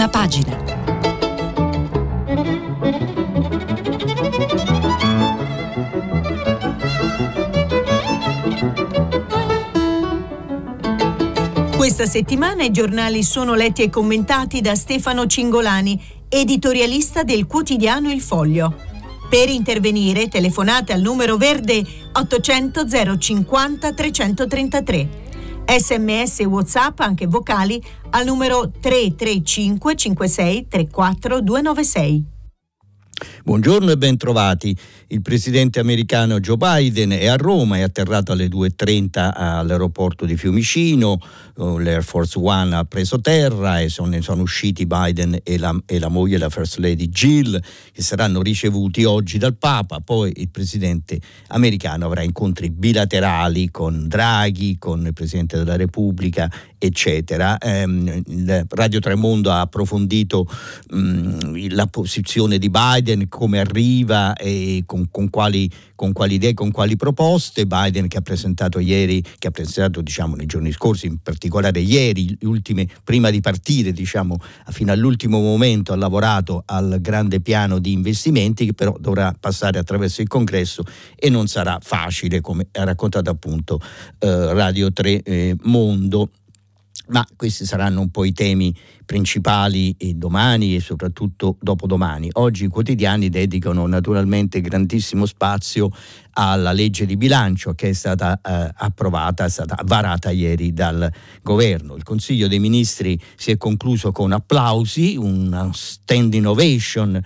Prima pagina. Questa settimana i giornali sono letti e commentati da Stefano Cingolani, editorialista del quotidiano Il Foglio. Per intervenire telefonate al numero verde 800 050 333. SMS e WhatsApp, anche vocali, al numero 335 56 34 296. Buongiorno e bentrovati. Il presidente americano Joe Biden è a Roma, è atterrato alle 2:30 all'aeroporto di Fiumicino, l'Air Force One ha preso terra e sono usciti Biden e la moglie, la First Lady Jill, che saranno ricevuti oggi dal Papa. Poi il presidente americano avrà incontri bilaterali con Draghi, con il presidente della Repubblica, eccetera. Radio Tremondo ha approfondito la posizione di Biden, come arriva e con quali idee, con quali proposte. Biden che ha presentato nei giorni scorsi, in particolare ieri, prima di partire, fino all'ultimo momento ha lavorato al grande piano di investimenti che però dovrà passare attraverso il Congresso e non sarà facile, come ha raccontato appunto Radio Tremondo. Ma questi saranno un po' i temi principali domani e soprattutto dopodomani. Oggi i quotidiani dedicano naturalmente grandissimo spazio alla legge di bilancio che è stata approvata, è stata varata ieri dal governo. Il Consiglio dei Ministri si è concluso con applausi, una standing ovation.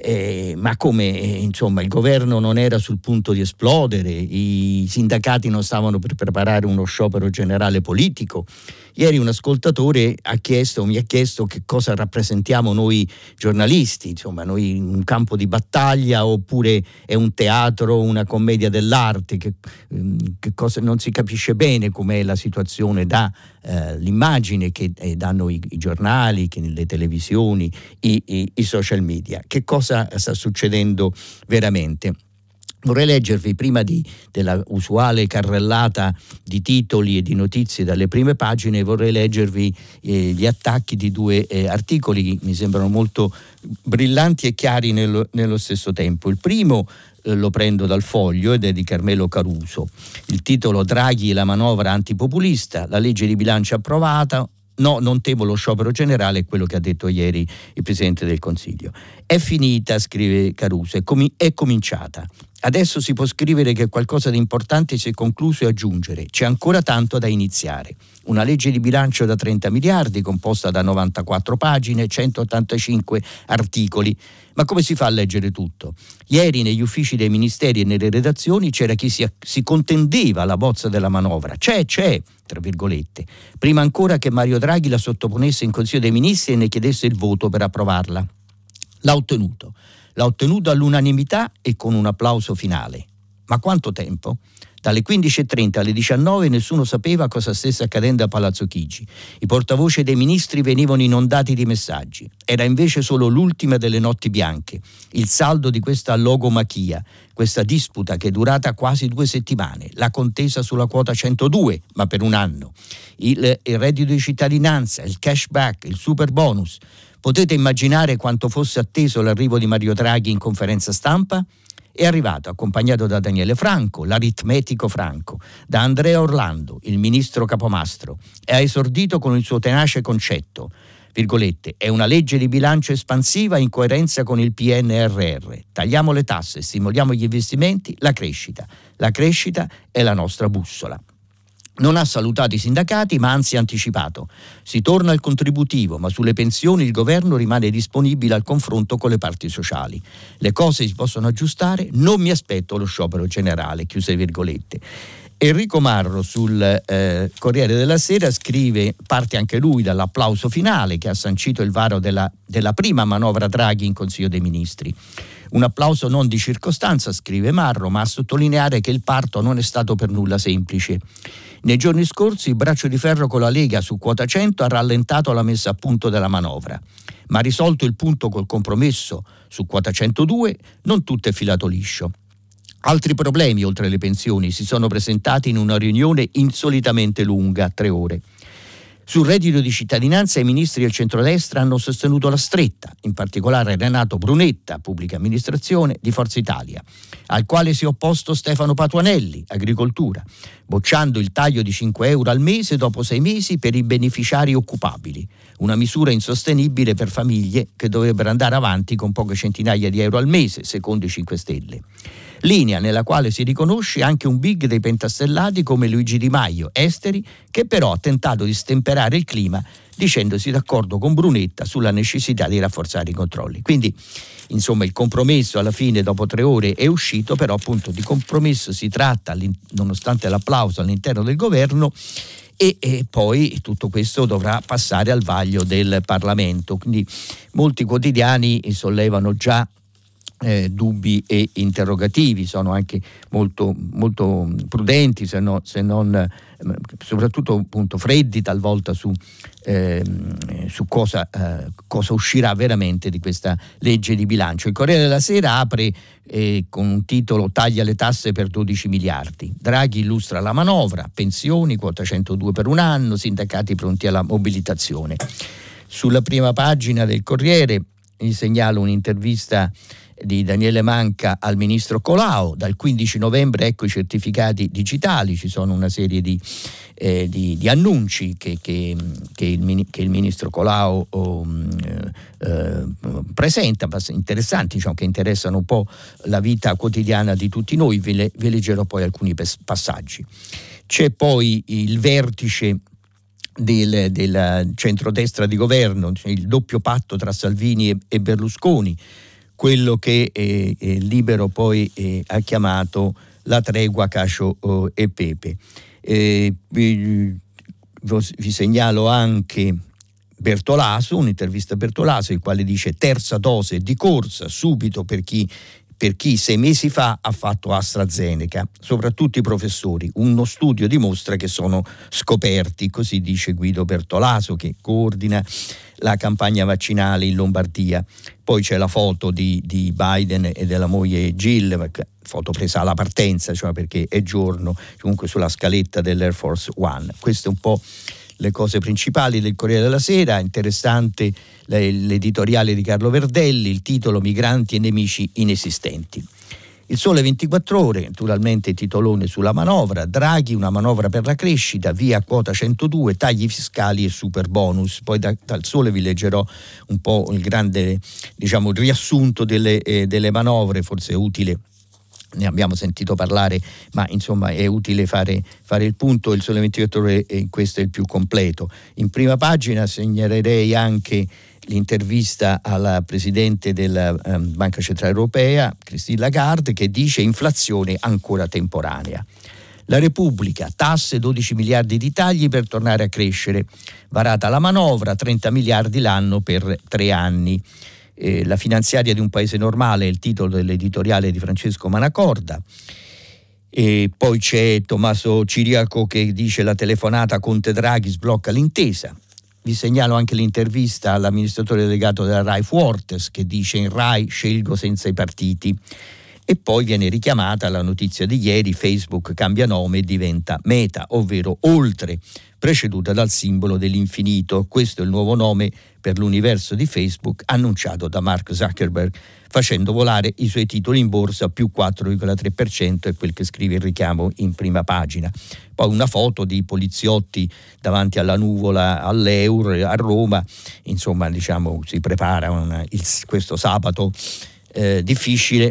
Ma come il governo non era sul punto di esplodere, i sindacati non stavano per preparare uno sciopero generale politico. Ieri un ascoltatore mi ha chiesto che cosa rappresentiamo noi giornalisti, noi in un campo di battaglia oppure è un teatro, una commedia dell'arte, che cosa, non si capisce bene com'è la situazione da l'immagine che danno i giornali, che le televisioni, i social media. Che cosa sta succedendo veramente? Vorrei leggervi, prima della usuale carrellata di titoli e di notizie dalle prime pagine, vorrei leggervi gli attacchi di due articoli che mi sembrano molto brillanti e chiari nello stesso tempo. Il primo lo prendo dal Foglio ed è di Carmelo Caruso. Il titolo: Draghi e la manovra antipopulista, la legge di bilancio approvata. No, non temo lo sciopero generale, è quello che ha detto ieri il Presidente del Consiglio. È finita, scrive Caruso, è cominciata. Adesso si può scrivere che qualcosa di importante si è concluso e aggiungere: c'è ancora tanto da iniziare. Una legge di bilancio da 30 miliardi, composta da 94 pagine, 185 articoli. Ma come si fa a leggere tutto? Ieri negli uffici dei ministeri e nelle redazioni c'era chi si contendeva la bozza della manovra. C'è, tra virgolette, prima ancora che Mario Draghi la sottoponesse in Consiglio dei Ministri e ne chiedesse il voto per approvarla. L'ha ottenuto all'unanimità e con un applauso finale. Ma quanto tempo? Dalle 15:30 alle 19 nessuno sapeva cosa stesse accadendo a Palazzo Chigi. I portavoce dei ministri venivano inondati di messaggi. Era invece solo l'ultima delle notti bianche, il saldo di questa logomachia, questa disputa che è durata quasi 2 settimane, la contesa sulla quota 102, ma per un anno, il reddito di cittadinanza, il cashback, il super bonus. Potete immaginare quanto fosse atteso l'arrivo di Mario Draghi in conferenza stampa? È arrivato accompagnato da Daniele Franco, l'aritmetico Franco, da Andrea Orlando, il ministro capomastro, e ha esordito con il suo tenace concetto, virgolette, è una legge di bilancio espansiva in coerenza con il PNRR. Tagliamo le tasse, stimoliamo gli investimenti, la crescita. La crescita è la nostra bussola. Non ha salutato i sindacati, ma anzi ha anticipato. Si torna al contributivo, ma sulle pensioni il governo rimane disponibile al confronto con le parti sociali. Le cose si possono aggiustare, non mi aspetto lo sciopero generale, chiuse virgolette. Enrico Marro sul Corriere della Sera scrive, parte anche lui dall'applauso finale che ha sancito il varo della prima manovra Draghi in Consiglio dei Ministri. Un applauso non di circostanza, scrive Marro, ma a sottolineare che il parto non è stato per nulla semplice. Nei giorni scorsi il braccio di ferro con la Lega su quota 100 ha rallentato la messa a punto della manovra, ma risolto il punto col compromesso su quota 102 non tutto è filato liscio. Altri problemi, oltre le pensioni, si sono presentati in una riunione insolitamente lunga, 3 ore. Sul reddito di cittadinanza i ministri del centrodestra hanno sostenuto la stretta, in particolare Renato Brunetta, pubblica amministrazione, di Forza Italia, al quale si è opposto Stefano Patuanelli, agricoltura, bocciando il taglio di 5 euro al mese dopo 6 mesi per i beneficiari occupabili, una misura insostenibile per famiglie che dovrebbero andare avanti con poche centinaia di euro al mese, secondo i 5 Stelle. Linea nella quale si riconosce anche un big dei pentastellati come Luigi Di Maio, esteri, che però ha tentato di stemperare il clima dicendosi d'accordo con Brunetta sulla necessità di rafforzare i controlli. Quindi, insomma, il compromesso alla fine dopo 3 ore è uscito, però appunto di compromesso si tratta nonostante l'applauso all'interno del governo, e poi tutto questo dovrà passare al vaglio del Parlamento. Quindi molti quotidiani sollevano già dubbi e interrogativi, sono anche molto, molto prudenti, se non soprattutto appunto freddi talvolta su cosa uscirà veramente di questa legge di bilancio. Il Corriere della Sera apre con un titolo: taglia le tasse per 12 miliardi. Draghi illustra la manovra, pensioni, quota 102 per un anno, sindacati pronti alla mobilitazione. Sulla prima pagina del Corriere vi segnalo un'intervista di Daniele Manca al ministro Colao. Dal 15 novembre ecco i certificati digitali, ci sono una serie di annunci che il ministro Colao presenta, interessanti, diciamo, che interessano un po' la vita quotidiana di tutti noi. Vi leggerò poi alcuni passaggi. C'è poi il vertice del centrodestra di governo, il doppio patto tra Salvini e Berlusconi, quello che Libero poi ha chiamato la tregua Cacio e Pepe. Vi segnalo anche Bertolaso, un'intervista a Bertolaso, il quale dice: terza dose di corsa subito per chi 6 mesi fa ha fatto AstraZeneca, soprattutto i professori. Uno studio dimostra che sono scoperti, così dice Guido Bertolaso, che coordina la campagna vaccinale in Lombardia. Poi c'è la foto di Biden e della moglie Jill, foto presa alla partenza, cioè perché è giorno, comunque sulla scaletta dell'Air Force One. Queste un po' le cose principali del Corriere della Sera. Interessante l'editoriale di Carlo Verdelli, il titolo: migranti e nemici inesistenti. Il Sole 24 Ore, naturalmente titolone sulla manovra: Draghi, una manovra per la crescita, via quota 102, tagli fiscali e super bonus. Poi dal Sole vi leggerò un po' il grande, diciamo, il riassunto delle manovre, forse è utile. Ne abbiamo sentito parlare, ma insomma è utile fare il punto. Il Sole 24 Ore questo è il più completo. In prima pagina segnalerei anche l'intervista alla presidente della Banca Centrale Europea, Christine Lagarde, che dice: inflazione ancora temporanea. La Repubblica: tasse, 12 miliardi di tagli per tornare a crescere. Varata la manovra, 30 miliardi l'anno per 3 anni. La finanziaria di un paese normale è il titolo dell'editoriale di Francesco Manacorda. E poi c'è Tommaso Ciriaco che dice: la telefonata Conte-Draghi sblocca l'intesa. Vi segnalo anche l'intervista all'amministratore delegato della Rai Fuortes, che dice: in Rai scelgo senza i partiti. E poi viene richiamata la notizia di ieri: Facebook cambia nome e diventa Meta, ovvero oltre, preceduta dal simbolo dell'infinito. Questo è il nuovo nome per l'universo di Facebook annunciato da Mark Zuckerberg, facendo volare i suoi titoli in borsa più 4,3%, è quel che scrive il richiamo in prima pagina. Poi una foto di poliziotti davanti alla nuvola all'Eur a Roma. Insomma, diciamo, si prepara questo sabato difficile.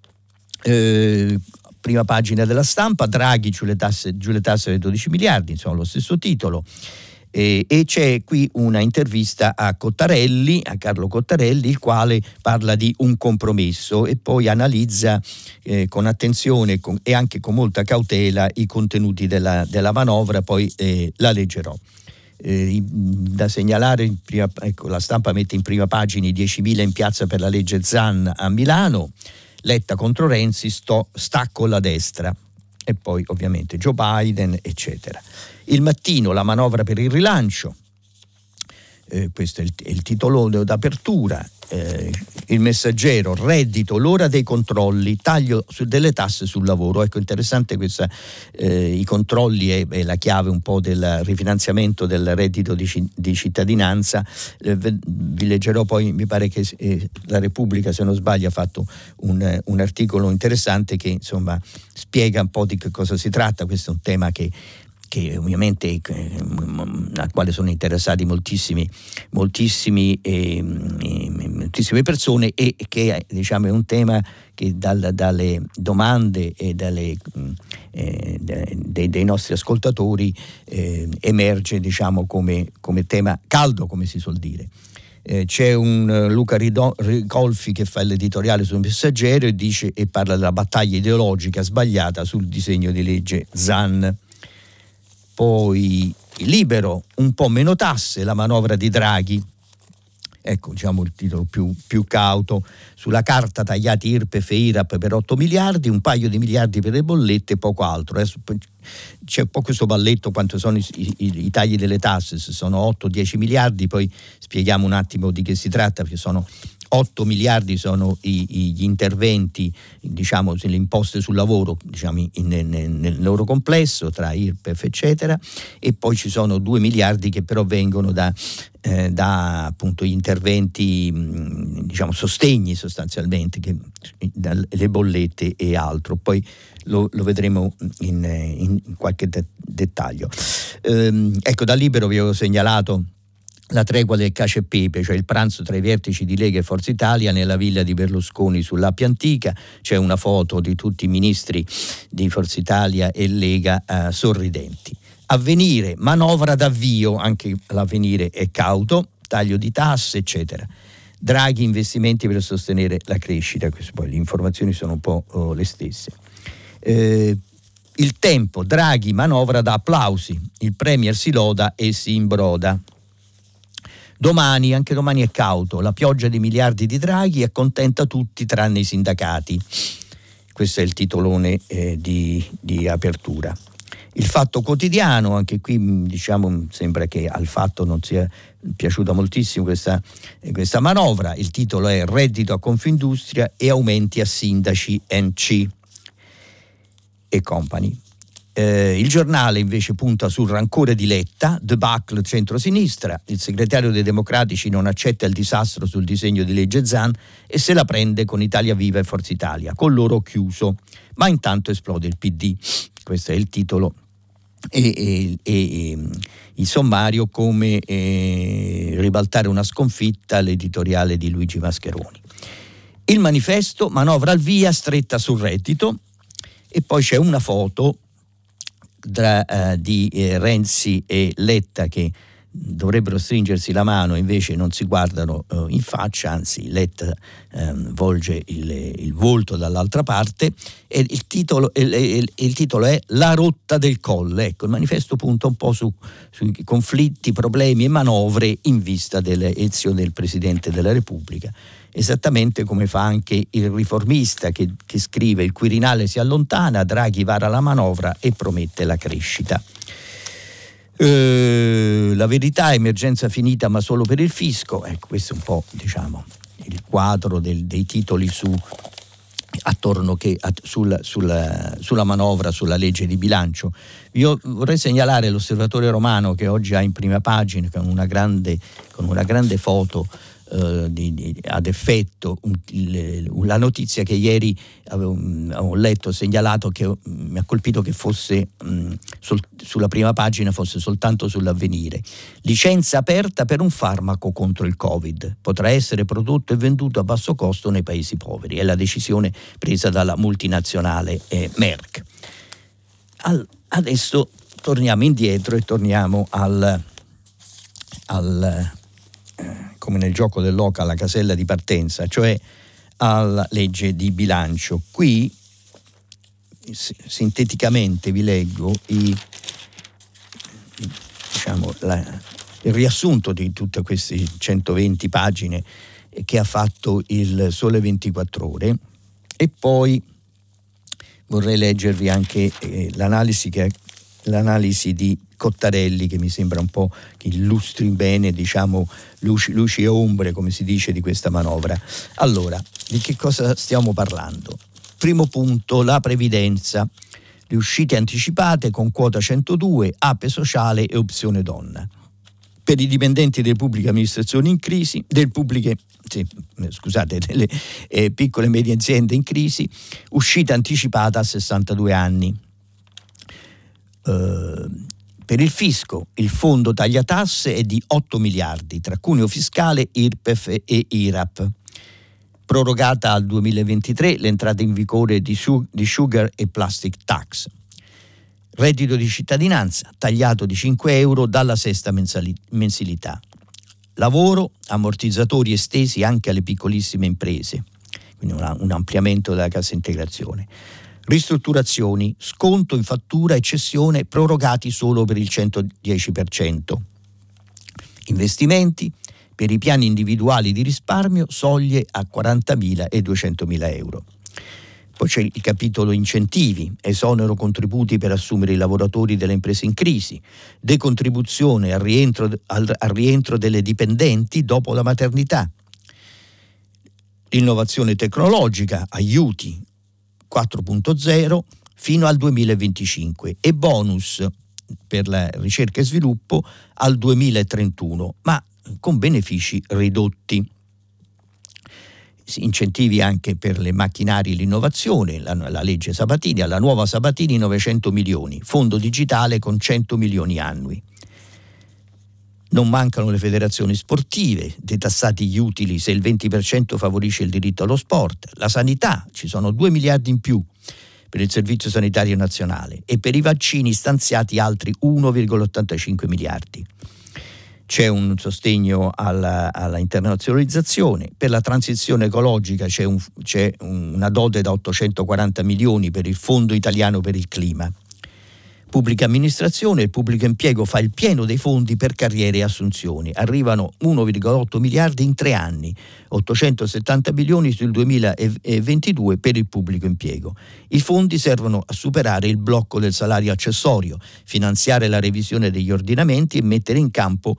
Prima pagina della Stampa: Draghi giù le tasse dei 12 miliardi, insomma lo stesso titolo. E c'è qui una intervista a Carlo Cottarelli, il quale parla di un compromesso e poi analizza con attenzione e anche con molta cautela i contenuti della manovra. Poi la leggerò. Da segnalare, la Stampa mette in prima pagina i 10.000 in piazza per la legge Zan a Milano. Letta contro Renzi, sta con la destra. E poi ovviamente Joe Biden, eccetera. Il Mattino: la manovra per il rilancio. questo è il titolone d'apertura. Il Messaggero, reddito, l'ora dei controlli, taglio delle tasse sul lavoro. Ecco, interessante questa, i controlli è la chiave un po' del rifinanziamento del reddito di cittadinanza. Vi leggerò poi, mi pare che la Repubblica, se non sbaglio, ha fatto un articolo interessante che insomma spiega un po' di che cosa si tratta. Questo è un tema che ovviamente al quale sono interessati moltissime persone, e che diciamo è un tema che dalle domande e dei nostri ascoltatori emerge, diciamo, come tema caldo, come si suol dire. C'è un Luca Ricolfi che fa l'editoriale sul Messaggero e parla della battaglia ideologica sbagliata sul disegno di legge Zan. Poi Libero, un po' meno tasse, la manovra di Draghi. Ecco, diciamo il titolo più cauto. Sulla carta tagliati IRPEF e IRAP per 8 miliardi, un paio di miliardi per le bollette e poco altro. C'è un po' questo balletto quanto sono i tagli delle tasse, se sono 8-10 miliardi, poi spieghiamo un attimo di che si tratta, perché sono 8 miliardi sono gli interventi, diciamo, le imposte sul lavoro, diciamo, nel loro complesso, tra IRPEF eccetera, e poi ci sono 2 miliardi che però vengono da appunto gli interventi, diciamo, sostegni sostanzialmente, le bollette e altro. Poi lo vedremo in qualche dettaglio. Ecco, da Libero vi avevo segnalato la tregua del cacio e pepe, cioè il pranzo tra i vertici di Lega e Forza Italia nella villa di Berlusconi sull'Appia Antica. C'è una foto di tutti i ministri di Forza Italia e Lega sorridenti. Avvenire, manovra d'avvio, anche l'Avvenire è cauto, taglio di tasse eccetera. Draghi, investimenti per sostenere la crescita. Poi le informazioni sono un po' le stesse. Il Tempo, Draghi, manovra da applausi, il Premier si loda e si imbroda. Domani, anche domani è cauto, la pioggia di miliardi di Draghi accontenta tutti tranne i sindacati. Questo è il titolone di apertura. Il Fatto Quotidiano, anche qui diciamo sembra che al Fatto non sia piaciuta moltissimo questa manovra. Il titolo è reddito a Confindustria e aumenti a sindaci NC e company. Il Giornale invece punta sul rancore di Letta, debacle centrosinistra, il segretario dei Democratici non accetta il disastro sul disegno di legge Zan e se la prende con Italia Viva e Forza Italia, con loro chiuso, ma intanto esplode il PD. Questo è il titolo e il sommario, come ribaltare una sconfitta, l'editoriale di Luigi Mascheroni. Il Manifesto, manovra al via, stretta sul reddito, e poi c'è una foto di Renzi e Letta che dovrebbero stringersi la mano, invece non si guardano in faccia, anzi Letta volge il volto dall'altra parte, e il titolo è La rotta del Colle. Ecco, il Manifesto punta un po' sui conflitti, problemi e manovre in vista delle elezioni del Presidente della Repubblica, esattamente come fa anche il Riformista che scrive: il Quirinale si allontana, Draghi vara la manovra e promette la crescita. La Verità, emergenza finita ma solo per il fisco. Ecco, questo è un po', diciamo, il quadro dei titoli sulla manovra, sulla legge di bilancio. Io vorrei segnalare l'Osservatore Romano, che oggi ha in prima pagina con una grande foto ad effetto la notizia che ieri avevo letto, segnalato, che mi ha colpito che fosse sulla prima pagina, fosse soltanto sull'Avvenire. Licenza aperta per un farmaco contro il Covid, potrà essere prodotto e venduto a basso costo nei paesi poveri. È la decisione presa dalla multinazionale Merck. Adesso torniamo indietro e torniamo come nel gioco dell'oca, alla casella di partenza, cioè alla legge di bilancio. Qui sinteticamente vi leggo il riassunto di tutte queste 120 pagine che ha fatto il Sole 24 Ore, e poi vorrei leggervi anche l'analisi di Cottarelli, che mi sembra un po' che illustri bene, diciamo, luci e ombre, come si dice, di questa manovra. Allora, di che cosa stiamo parlando? Primo punto, la previdenza, le uscite anticipate con quota 102, ape sociale e opzione donna. Per i dipendenti delle pubbliche amministrazioni in crisi, delle piccole e medie aziende in crisi, uscita anticipata a 62 anni. Per il fisco, il fondo tagliatasse è di 8 miliardi, tra cuneo fiscale, IRPEF e IRAP. Prorogata al 2023 l'entrata in vigore di sugar e plastic tax. Reddito di cittadinanza tagliato di 5 euro dalla sesta mensilità. Lavoro, ammortizzatori estesi anche alle piccolissime imprese, quindi un ampliamento della cassa integrazione. Ristrutturazioni, sconto in fattura e cessione prorogati solo per il 110%. Investimenti, per i piani individuali di risparmio, soglie a 40.000 e 200.000 euro. Poi c'è il capitolo incentivi, esonero contributi per assumere i lavoratori delle imprese in crisi, decontribuzione al rientro delle dipendenti dopo la maternità, innovazione tecnologica, aiuti 4.0 fino al 2025 e bonus per la ricerca e sviluppo al 2031, ma con benefici ridotti. Incentivi anche per le macchinari e l'innovazione, la legge Sabatini, alla nuova Sabatini 900 milioni, fondo digitale con 100 milioni annui. Non mancano le federazioni sportive, detassati gli utili se il 20% favorisce il diritto allo sport, la sanità, ci sono 2 miliardi in più per il Servizio Sanitario Nazionale e per i vaccini stanziati altri 1,85 miliardi. C'è un sostegno alla internazionalizzazione, per la transizione ecologica c'è una dote da 840 milioni per il Fondo Italiano per il Clima. Pubblica amministrazione, il pubblico impiego fa il pieno dei fondi per carriere e assunzioni. Arrivano 1,8 miliardi in 3 anni, 870 milioni sul 2022 per il pubblico impiego. I fondi servono a superare il blocco del salario accessorio, finanziare la revisione degli ordinamenti e mettere in campo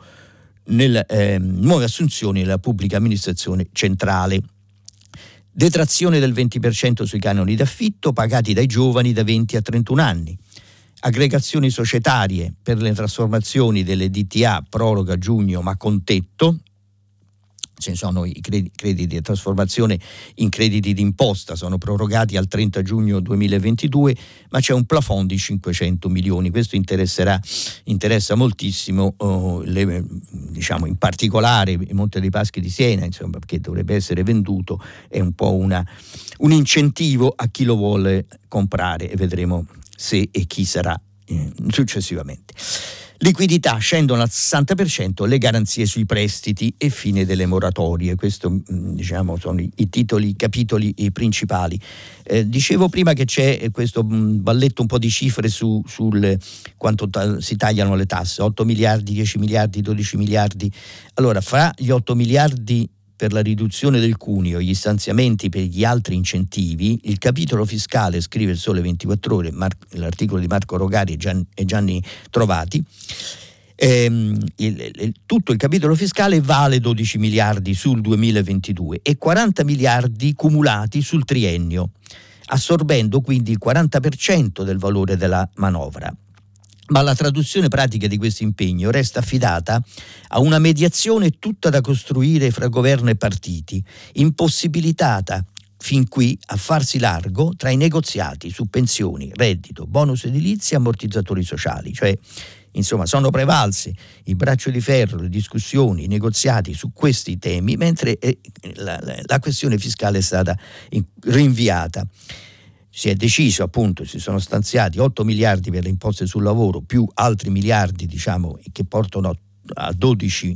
nuove assunzioni nella pubblica amministrazione centrale. Detrazione del 20% sui canoni d'affitto pagati dai giovani da 20 a 31 anni. Aggregazioni societarie per le trasformazioni delle DTA, proroga giugno ma con tetto. Ci sono i crediti di trasformazione in crediti d'imposta, sono prorogati al 30 giugno 2022, ma c'è un plafond di 500 milioni. Questo interessa moltissimo, in particolare il Monte dei Paschi di Siena, insomma, perché dovrebbe essere venduto, è un po' un incentivo a chi lo vuole comprare e vedremo se e chi sarà successivamente. Liquidità, scendono al 60% le garanzie sui prestiti e fine delle moratorie. Questo sono i capitoli principali. Dicevo prima che c'è questo balletto un po' di cifre sul quanto si tagliano le tasse, 8 miliardi, 10 miliardi, 12 miliardi. Allora, fra gli 8 miliardi per la riduzione del cuneo, gli stanziamenti per gli altri incentivi, il capitolo fiscale, scrive il Sole 24 Ore, l'articolo di Marco Rogari e Gianni Trovati, tutto il capitolo fiscale vale 12 miliardi sul 2022 e 40 miliardi cumulati sul triennio, assorbendo quindi il 40% del valore della manovra. Ma la traduzione pratica di questo impegno resta affidata a una mediazione tutta da costruire fra governo e partiti, impossibilitata fin qui a farsi largo tra i negoziati su pensioni, reddito, bonus edilizi e ammortizzatori sociali. Cioè, insomma, sono prevalsi il braccio di ferro, le discussioni, i negoziati su questi temi, mentre la questione fiscale è stata rinviata. Si è deciso, appunto, si sono stanziati 8 miliardi per le imposte sul lavoro più altri miliardi, che portano a 12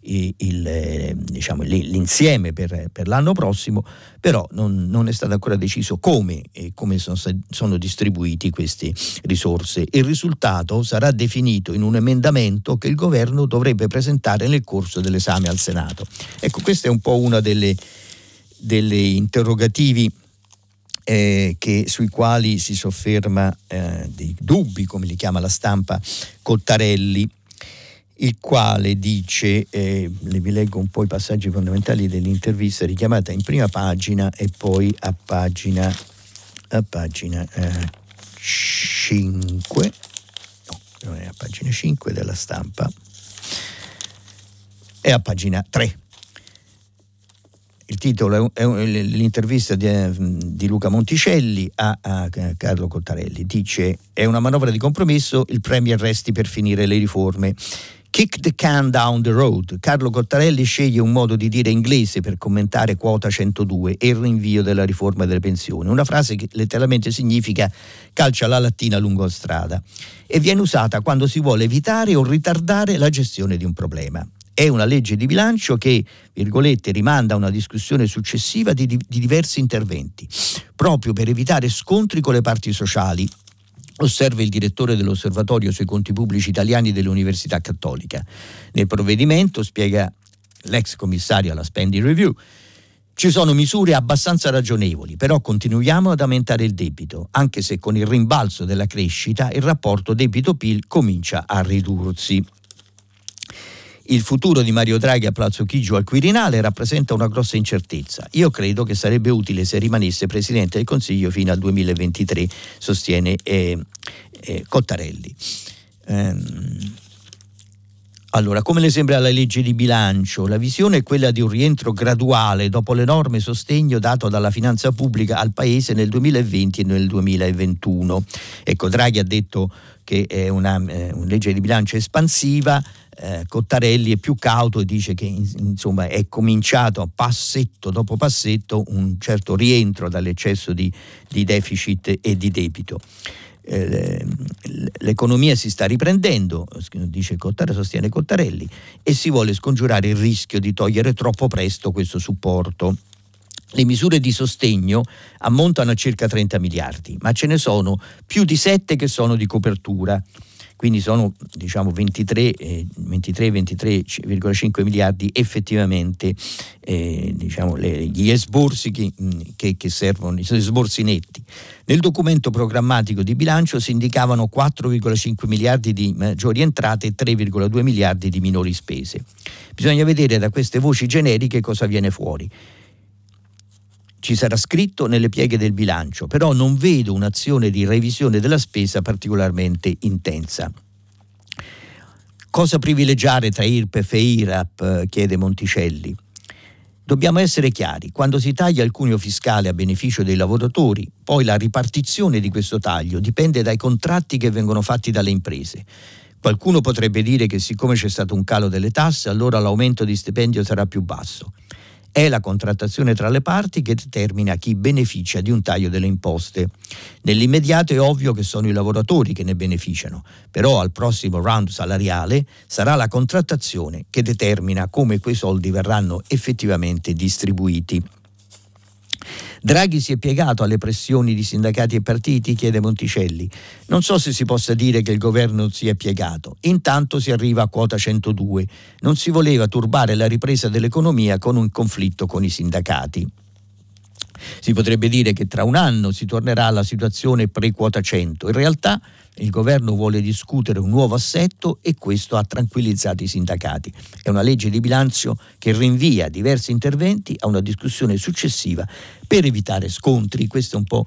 l'insieme per l'anno prossimo, però non è stato ancora deciso come sono distribuiti queste risorse. Il risultato sarà definito in un emendamento che il governo dovrebbe presentare nel corso dell'esame al Senato. Ecco, questa è un po' una delle interrogativi sui quali si sofferma, dei dubbi, come li chiama la stampa, Cottarelli, il quale dice, vi leggo un po' i passaggi fondamentali dell'intervista richiamata in prima pagina e poi a pagina 5, no, non è a pagina 5 della stampa, è a pagina 3. Il titolo è l'intervista di Luca Monticelli a Carlo Cottarelli. Dice: è una manovra di compromesso, il premier resti per finire le riforme. Kick the can down the road. Carlo Cottarelli sceglie un modo di dire inglese per commentare quota 102 e il rinvio della riforma delle pensioni, una frase che letteralmente significa calcia la lattina lungo la strada, e viene usata quando si vuole evitare o ritardare la gestione di un problema. È una legge di bilancio che, virgolette, rimanda a una discussione successiva di diversi interventi, proprio per evitare scontri con le parti sociali, osserva il direttore dell'Osservatorio sui conti pubblici italiani dell'Università Cattolica. Nel provvedimento, spiega l'ex commissario alla spending review, ci sono misure abbastanza ragionevoli, però continuiamo ad aumentare il debito, anche se con il rimbalzo della crescita il rapporto debito-PIL comincia a ridursi. Il futuro di Mario Draghi a Palazzo Chigi al Quirinale rappresenta una grossa incertezza. Io credo che sarebbe utile se rimanesse Presidente del Consiglio fino al 2023, sostiene Cottarelli. Allora, come le sembra la legge di bilancio? La visione è quella di un rientro graduale dopo l'enorme sostegno dato dalla finanza pubblica al Paese nel 2020 e nel 2021. Ecco, Draghi ha detto che è una legge di bilancio espansiva. Cottarelli è più cauto e dice che insomma è cominciato passetto dopo passetto un certo rientro dall'eccesso di deficit e di debito. L'economia si sta riprendendo, sostiene Cottarelli, e si vuole scongiurare il rischio di togliere troppo presto questo supporto. Le misure di sostegno ammontano a circa 30 miliardi, ma ce ne sono più di 7 che sono di copertura. Quindi sono 23,5 miliardi effettivamente gli esborsi che servono, gli esborsi netti. Nel documento programmatico di bilancio si indicavano 4,5 miliardi di maggiori entrate e 3,2 miliardi di minori spese. Bisogna vedere da queste voci generiche cosa viene fuori. Ci sarà scritto nelle pieghe del bilancio, però non vedo un'azione di revisione della spesa particolarmente intensa. Cosa privilegiare tra IRPEF e IRAP? Chiede Monticelli. Dobbiamo essere chiari, quando si taglia il cuneo fiscale a beneficio dei lavoratori, poi la ripartizione di questo taglio dipende dai contratti che vengono fatti dalle imprese. Qualcuno potrebbe dire che siccome c'è stato un calo delle tasse, allora l'aumento di stipendio sarà più basso. È la contrattazione tra le parti che determina chi beneficia di un taglio delle imposte. Nell'immediato è ovvio che sono i lavoratori che ne beneficiano, però al prossimo round salariale sarà la contrattazione che determina come quei soldi verranno effettivamente distribuiti. Draghi si è piegato alle pressioni di sindacati e partiti, chiede Monticelli. Non so se si possa dire che il governo si è piegato. Intanto si arriva a quota 102. Non si voleva turbare la ripresa dell'economia con un conflitto con i sindacati. Si potrebbe dire che tra un anno si tornerà alla situazione pre-quota 100. In realtà il governo vuole discutere un nuovo assetto e questo ha tranquillizzato i sindacati. È una legge di bilancio che rinvia diversi interventi a una discussione successiva per evitare scontri. Questo è un po'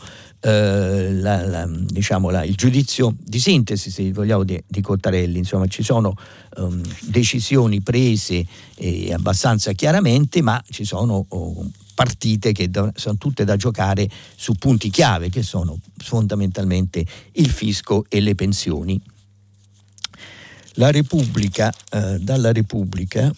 il giudizio di sintesi, se vogliamo, di Cottarelli. Insomma, ci sono decisioni prese abbastanza chiaramente, ma ci sono partite che sono tutte da giocare su punti chiave che sono fondamentalmente il fisco e le pensioni. La Repubblica, dalla Repubblica,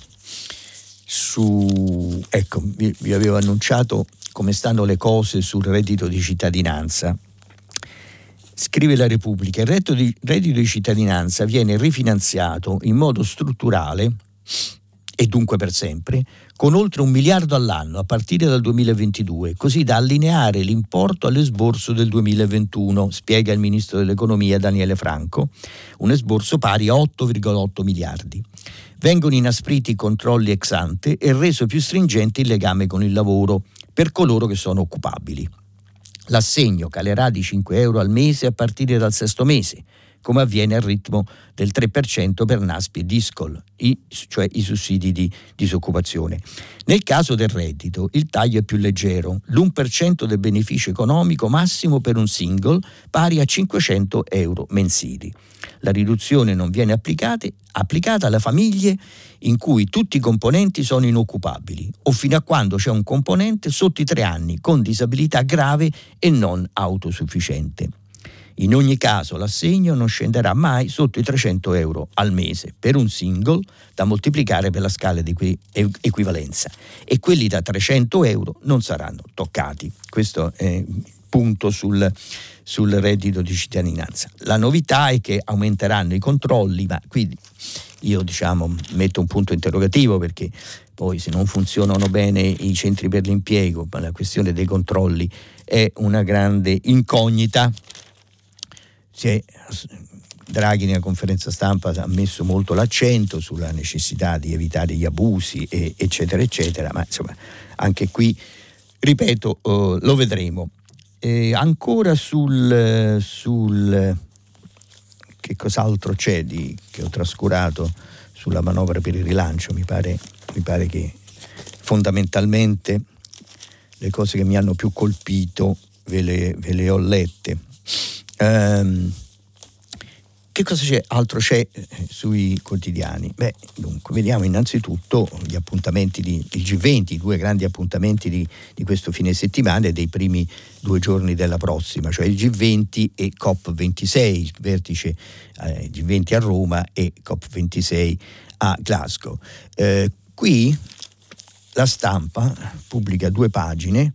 vi avevo annunciato come stanno le cose sul reddito di cittadinanza. Scrive la Repubblica: il reddito di cittadinanza viene rifinanziato in modo strutturale e dunque per sempre, con oltre 1 miliardo all'anno a partire dal 2022, così da allineare l'importo all'esborso del 2021, spiega il ministro dell'economia Daniele Franco, un esborso pari a 8,8 miliardi. Vengono inaspriti i controlli ex ante e reso più stringente il legame con il lavoro per coloro che sono occupabili. L'assegno calerà di 5 euro al mese a partire dal sesto mese, come avviene al ritmo del 3% per NASPI e DISCOL, cioè i sussidi di disoccupazione. Nel caso del reddito il taglio è più leggero, l'1% del beneficio economico massimo per un single pari a 500 euro mensili. La riduzione non viene applicata alle famiglie in cui tutti i componenti sono inoccupabili o fino a quando c'è un componente sotto i 3 anni con disabilità grave e non autosufficiente. In ogni caso l'assegno non scenderà mai sotto i 300 euro al mese per un single da moltiplicare per la scala di equivalenza, e quelli da 300 euro non saranno toccati. Questo è il punto sul reddito di cittadinanza. La novità è che aumenteranno i controlli, ma qui io metto un punto interrogativo, perché poi se non funzionano bene i centri per l'impiego, la questione dei controlli è una grande incognita. Draghi nella conferenza stampa ha messo molto l'accento sulla necessità di evitare gli abusi eccetera eccetera, ma insomma anche qui, ripeto, lo vedremo. Ancora sul che cos'altro c'è che ho trascurato sulla manovra per il rilancio. Mi pare che fondamentalmente le cose che mi hanno più colpito ve le ho lette. Che cosa altro c'è sui quotidiani? Dunque, vediamo innanzitutto gli appuntamenti del G20, i 2 grandi appuntamenti di questo fine settimana e dei primi 2 giorni della prossima, cioè il G20 e COP26, il vertice G20 a Roma e COP26 a Glasgow. Qui la Stampa pubblica 2 pagine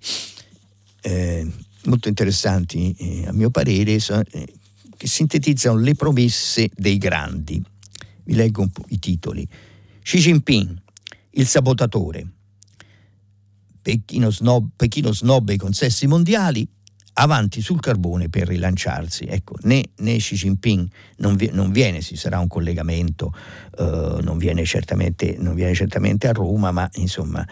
molto interessanti, a mio parere, che sintetizzano le promesse dei grandi. Vi leggo un po' i titoli. Xi Jinping, il sabotatore. Pechino snobba i consessi mondiali, avanti sul carbone per rilanciarsi. Ecco, né Xi Jinping non viene, ci sarà un collegamento, non viene certamente a Roma, ma insomma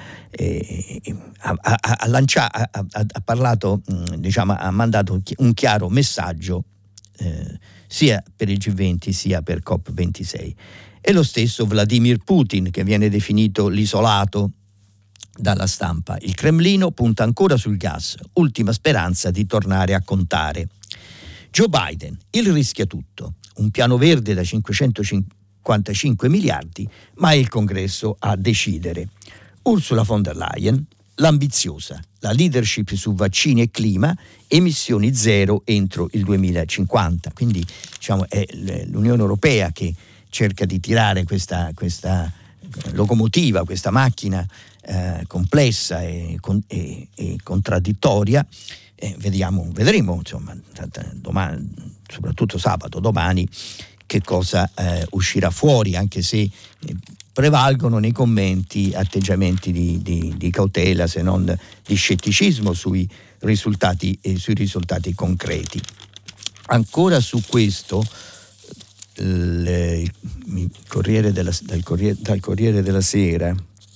ha parlato, ha mandato un chiaro messaggio sia per il G20 sia per COP26. E lo stesso Vladimir Putin, che viene definito l'isolato dalla Stampa. Il Cremlino punta ancora sul gas, ultima speranza di tornare a contare. Joe Biden, il rischia tutto, un piano verde da 555 miliardi, ma è il Congresso a decidere. Ursula von der Leyen, l'ambiziosa, la leadership su vaccini e clima, emissioni zero entro il 2050. Quindi è l'Unione Europea che cerca di tirare questa locomotiva, questa macchina complessa e contraddittoria. Vedremo domani, soprattutto sabato, domani, che cosa uscirà fuori, anche se prevalgono nei commenti atteggiamenti di cautela, se non di scetticismo sui risultati concreti. Ancora su questo, dal Corriere della Sera,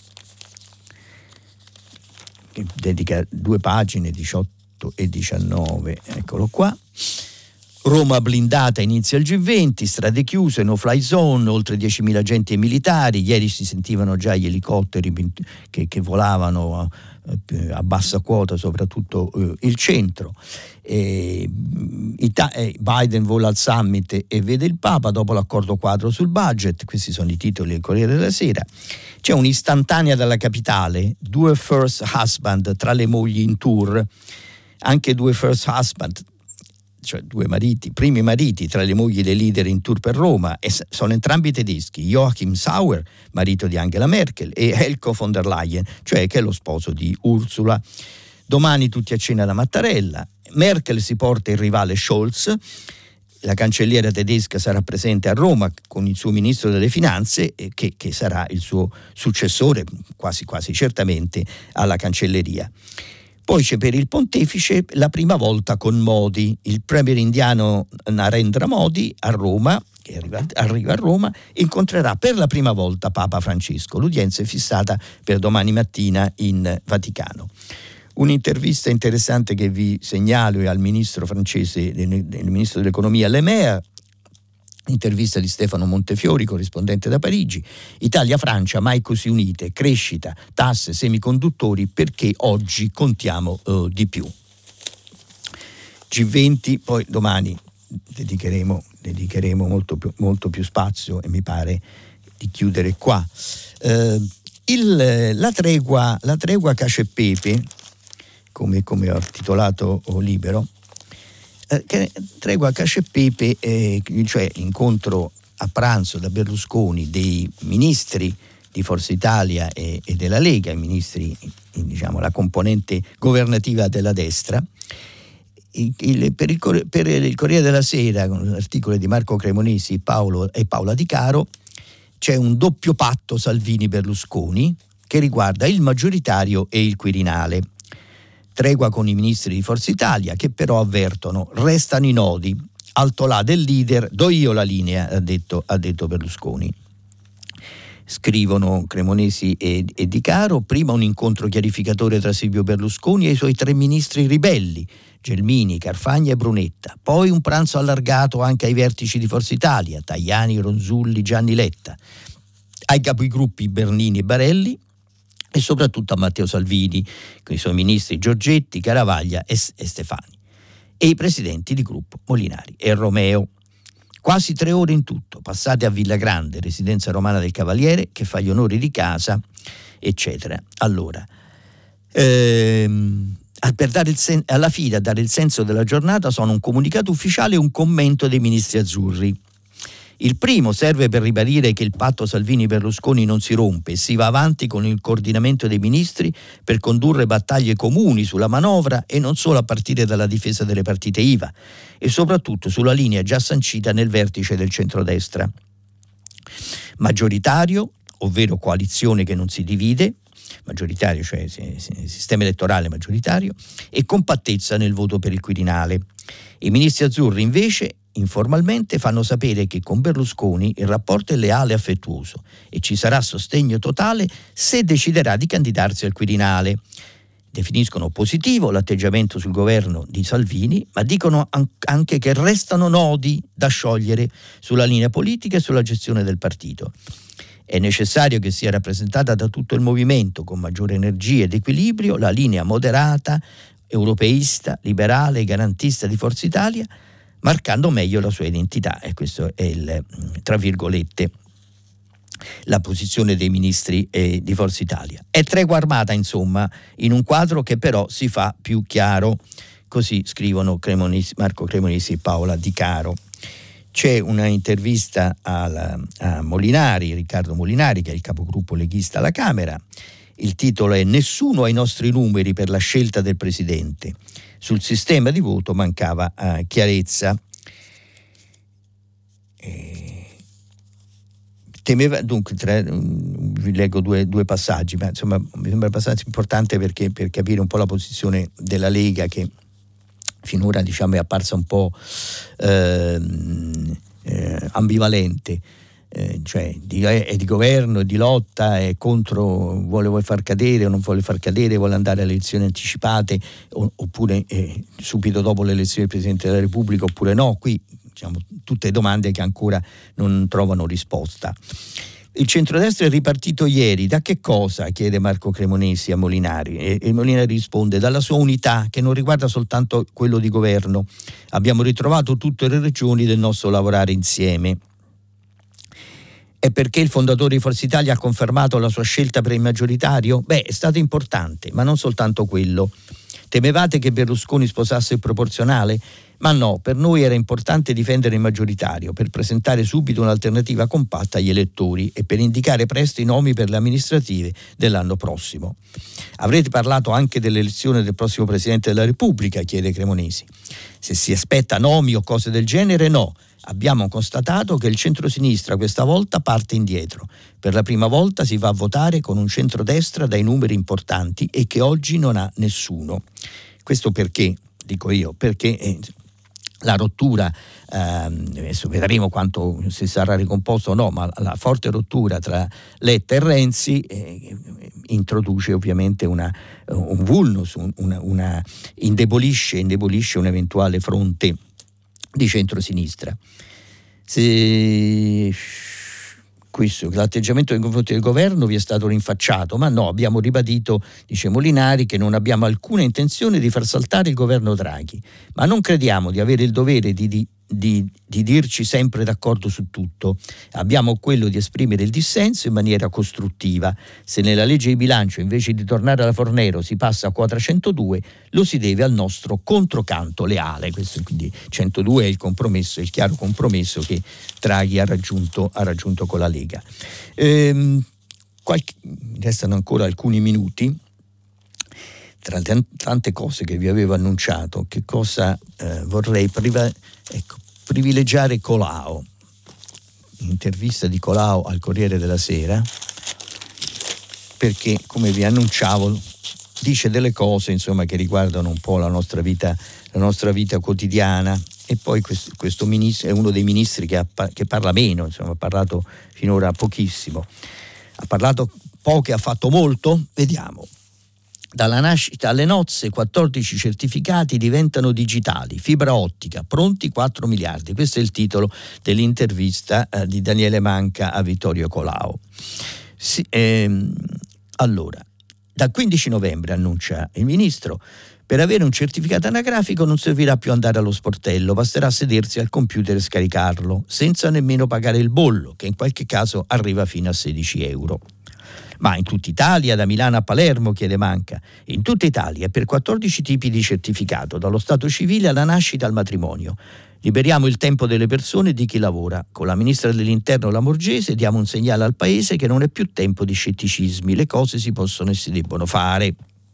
che dedica 2 pagine, 18 e 19, eccolo qua. Roma blindata, inizia il G20, strade chiuse, no-fly zone, oltre 10.000 agenti e militari. Ieri si sentivano già gli elicotteri che volavano a bassa quota, soprattutto il centro. Biden vola al summit e vede il Papa dopo l'accordo quadro sul budget. Questi sono i titoli del Corriere della Sera. C'è un'istantanea dalla capitale, 2 first husband tra le mogli in tour, anche 2 first husband, cioè 2 primi mariti tra le mogli dei leader in tour per Roma, e sono entrambi tedeschi, Joachim Sauer, marito di Angela Merkel, e Elko von der Leyen, cioè che è lo sposo di Ursula. Domani tutti a cena da Mattarella, Merkel si porta il rivale Scholz, la cancelliera tedesca sarà presente a Roma con il suo ministro delle finanze, che sarà il suo successore quasi certamente alla cancelleria. Poi c'è per il pontefice la prima volta con Modi, il premier indiano Narendra Modi a Roma, che arriva a Roma, incontrerà per la prima volta Papa Francesco. L'udienza è fissata per domani mattina in Vaticano. Un'intervista interessante che vi segnalo è al ministro francese, il ministro dell'economia Le Maire, intervista di Stefano Montefiori, corrispondente da Parigi. Italia-Francia mai così unite, crescita, tasse, semiconduttori, perché oggi contiamo di più. G20, poi domani dedicheremo molto più spazio, e mi pare di chiudere qua. La tregua cacio e pepe, come ho titolato Libero, tregua cacio e pepe, cioè l'incontro a pranzo da Berlusconi dei ministri di Forza Italia e della Lega, i ministri, diciamo la componente governativa della destra. Per il Corriere della Sera, con l'articolo di Marco Cremonesi e Paola Di Caro, c'è un doppio patto Salvini-Berlusconi che riguarda il maggioritario e il Quirinale. Tregua con i ministri di Forza Italia, che però avvertono: restano i nodi, alto là del leader, do io la linea, ha detto Berlusconi. Scrivono Cremonesi e Di Caro: prima un incontro chiarificatore tra Silvio Berlusconi e i suoi 3 ministri ribelli, Gelmini, Carfagna e Brunetta, poi un pranzo allargato anche ai vertici di Forza Italia, Tajani, Ronzulli, Gianni Letta, ai capigruppi Bernini e Barelli, e soprattutto a Matteo Salvini, con i suoi ministri Giorgetti, Garavaglia e Stefani, e i presidenti di gruppo Molinari e Romeo. Quasi 3 ore in tutto, passate a Villa Grande, residenza romana del Cavaliere, che fa gli onori di casa, eccetera. Allora, per dare alla fine, a dare il senso della giornata, sono un comunicato ufficiale e un commento dei ministri azzurri. Il primo serve per ribadire che il patto Salvini-Berlusconi non si rompe e si va avanti con il coordinamento dei ministri per condurre battaglie comuni sulla manovra, e non solo a partire dalla difesa delle partite IVA, e soprattutto sulla linea già sancita nel vertice del centrodestra. Maggioritario, ovvero coalizione che non si divide, maggioritario, cioè sistema elettorale maggioritario, e compattezza nel voto per il Quirinale. I ministri azzurri invece informalmente fanno sapere che con Berlusconi il rapporto è leale e affettuoso e ci sarà sostegno totale se deciderà di candidarsi al Quirinale. Definiscono positivo l'atteggiamento sul governo di Salvini, ma dicono anche che restano nodi da sciogliere sulla linea politica e sulla gestione del partito. È necessario che sia rappresentata da tutto il movimento con maggiore energia ed equilibrio la linea moderata, europeista, liberale e garantista di Forza Italia, marcando meglio la sua identità, e questo è il, tra virgolette, la posizione dei ministri di Forza Italia. È tregua armata, insomma, in un quadro che però si fa più chiaro. Così scrivono Marco Cremonesi e Paola Di Caro. C'è una intervista a Molinari, Riccardo Molinari, che è il capogruppo leghista alla Camera. Il titolo è: nessuno ha i nostri numeri per la scelta del Presidente. Sul sistema di voto mancava chiarezza. Dunque, vi leggo due passaggi, ma insomma mi sembra abbastanza importante perché per capire un po' la posizione della Lega, che finora, diciamo, è apparsa un po' ambivalente. Cioè è di governo, è di lotta, è contro, vuole far cadere o non vuole far cadere, vuole andare alle elezioni anticipate oppure subito dopo le elezioni del Presidente della Repubblica oppure no. Qui, diciamo, tutte domande che ancora non trovano risposta. Il centrodestra è ripartito ieri, da che cosa? Chiede Marco Cremonesi a Molinari, e Molinari risponde: dalla sua unità, che non riguarda soltanto quello di governo. Abbiamo ritrovato tutte le ragioni del nostro lavorare insieme. È perché il fondatore di Forza Italia ha confermato la sua scelta per il maggioritario? È stato importante, ma non soltanto quello. Temevate che Berlusconi sposasse il proporzionale? Ma no, per noi era importante difendere il maggioritario per presentare subito un'alternativa compatta agli elettori e per indicare presto i nomi per le amministrative dell'anno prossimo. Avrete parlato anche dell'elezione del prossimo Presidente della Repubblica, chiede Cremonesi. Se si aspetta nomi o cose del genere, no. Abbiamo constatato che il centrosinistra questa volta parte indietro. Per la prima volta si va a votare con un centrodestra dai numeri importanti e che oggi non ha nessuno. Questo perché, dico io, perché la rottura, adesso vedremo quanto se sarà ricomposto o no, ma la forte rottura tra Letta e Renzi introduce ovviamente un vulnus, indebolisce un eventuale fronte di centrosinistra. Se questo, l'atteggiamento nei confronti del governo vi è stato rinfacciato, ma no, abbiamo ribadito, dice Molinari, che non abbiamo alcuna intenzione di far saltare il governo Draghi, ma non crediamo di avere il dovere di dirci sempre d'accordo su tutto. Abbiamo quello di esprimere il dissenso in maniera costruttiva. Se nella legge di bilancio invece di tornare alla Fornero si passa a quota 102, lo si deve al nostro controcanto leale. Questo quindi 102 è il compromesso, il chiaro compromesso che Draghi ha raggiunto con la Lega. Restano ancora alcuni minuti. Tra tante cose che vi avevo annunciato, che cosa vorrei privilegiare Colao. Intervista di Colao al Corriere della Sera, perché, come vi annunciavo, dice delle cose insomma che riguardano un po' la nostra vita quotidiana. E poi questo ministro è uno dei ministri che parla meno, insomma, ha parlato finora pochissimo. Ha parlato poco e ha fatto molto? Vediamo. Dalla nascita alle nozze 14 certificati diventano digitali, fibra ottica, pronti 4 miliardi. Questo è il titolo dell'intervista di Daniele Manca a Vittorio Colao. Allora, dal 15 novembre, annuncia il ministro, per avere un certificato anagrafico non servirà più andare allo sportello, basterà sedersi al computer e scaricarlo, senza nemmeno pagare il bollo, che in qualche caso arriva fino a 16 euro. Ma in tutta Italia, da Milano a Palermo, chiede Manca, in tutta Italia per 14 tipi di certificato, dallo stato civile alla nascita al matrimonio. Liberiamo il tempo delle persone e di chi lavora. Con la ministra dell'Interno Lamorgese diamo un segnale al Paese che non è più tempo di scetticismi, le cose si possono e si debbono fare.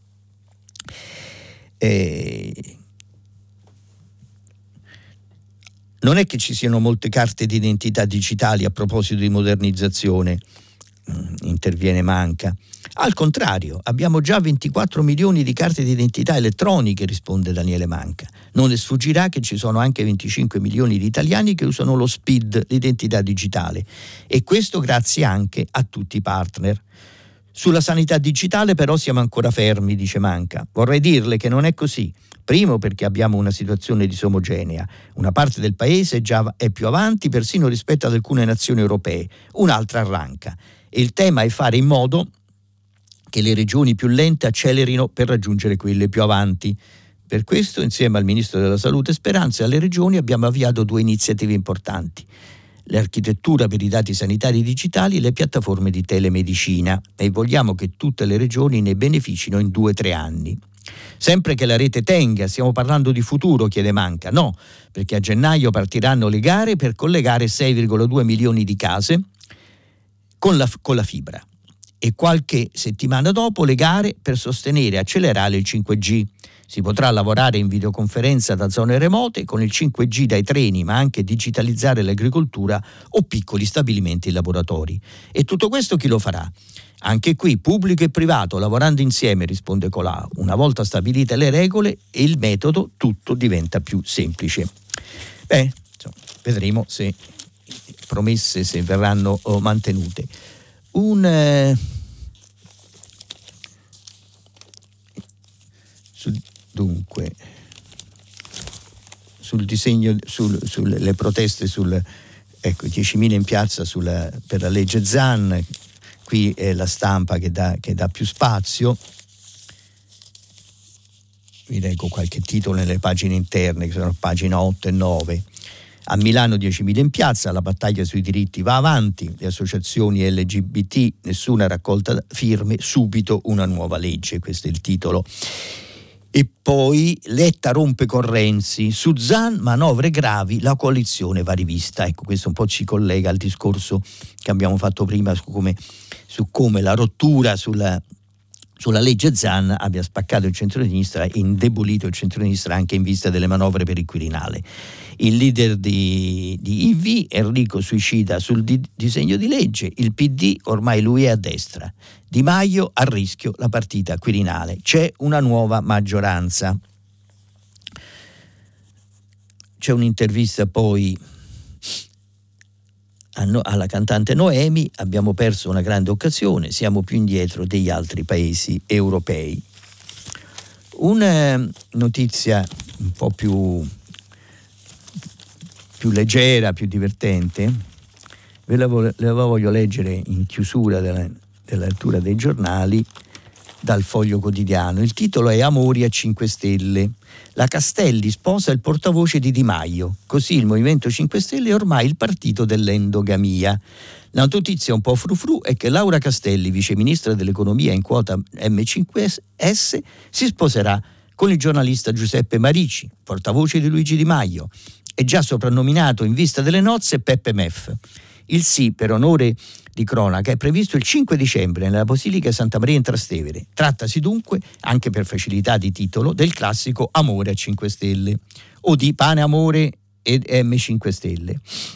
Non è che ci siano molte carte d'identità digitali a proposito di modernizzazione, interviene Manca. Al contrario, abbiamo già 24 milioni di carte d'identità elettroniche, risponde Daniele Manca. Non le sfuggirà che ci sono anche 25 milioni di italiani che usano lo SPID, l'identità digitale, e questo grazie anche a tutti i partner. Sulla sanità digitale però siamo ancora fermi, dice Manca. Vorrei dirle che non è così. Primo perché abbiamo una situazione disomogenea. Una parte del paese già è più avanti persino rispetto ad alcune nazioni europee, un'altra arranca. E il tema è fare in modo che le regioni più lente accelerino per raggiungere quelle più avanti. Per questo, insieme al Ministro della Salute Speranza e alle regioni, abbiamo avviato 2 iniziative importanti: l'architettura per i dati sanitari digitali e le piattaforme di telemedicina, e vogliamo che tutte le regioni ne beneficino in 2-3 anni. Sempre che la rete tenga, stiamo parlando di futuro, chiede Manca. No, perché a gennaio partiranno le gare per collegare 6,2 milioni di case con la fibra, e qualche settimana dopo le gare per sostenere e accelerare il 5G. Si potrà lavorare in videoconferenza da zone remote con il 5G dai treni, ma anche digitalizzare l'agricoltura o piccoli stabilimenti e laboratori. E tutto questo chi lo farà? Anche qui pubblico e privato lavorando insieme, risponde Colao. Una volta stabilite le regole e il metodo, tutto diventa più semplice. Vedremo se promesse se verranno mantenute. Dunque, sul disegno, sulle proteste, 10.000 in piazza per la legge Zan. Qui è la Stampa che dà più spazio. Vi leggo qualche titolo nelle pagine interne, che sono pagina 8 e 9. A Milano 10.000 in piazza, la battaglia sui diritti va avanti, le associazioni LGBT, nessuna raccolta firme, subito una nuova legge, questo è il titolo. E poi Letta rompe con Renzi, su Zan manovre gravi, la coalizione va rivista. Ecco, questo un po' ci collega al discorso che abbiamo fatto prima su come la rottura sulla legge Zan abbia spaccato il centro-sinistra e indebolito il centro-sinistra anche in vista delle manovre per il Quirinale. Il leader di IV, Enrico, suicida sul disegno di legge, il PD ormai lui è a destra, Di Maio a rischio la partita Quirinale, c'è una nuova maggioranza. c'è un'intervista poi alla cantante Noemi: abbiamo perso una grande occasione, siamo più indietro degli altri paesi europei. Una notizia un po' più leggera, più divertente, ve la voglio leggere in chiusura della lettura dei giornali dal Foglio Quotidiano. Il titolo è Amori a 5 Stelle. La Castelli sposa il portavoce di Di Maio, così il Movimento 5 Stelle è ormai il partito dell'endogamia. La notizia un po' frufru è che Laura Castelli, viceministra dell'economia in quota M5S, si sposerà con il giornalista Giuseppe Marici, portavoce di Luigi Di Maio, e già soprannominato in vista delle nozze Peppe Meff. Il sì, per onore di cronaca, è previsto il 5 dicembre nella Basilica Santa Maria in Trastevere. Trattasi dunque, anche per facilità di titolo, del classico Amore a 5 Stelle o di Pane, Amore ed M5 Stelle.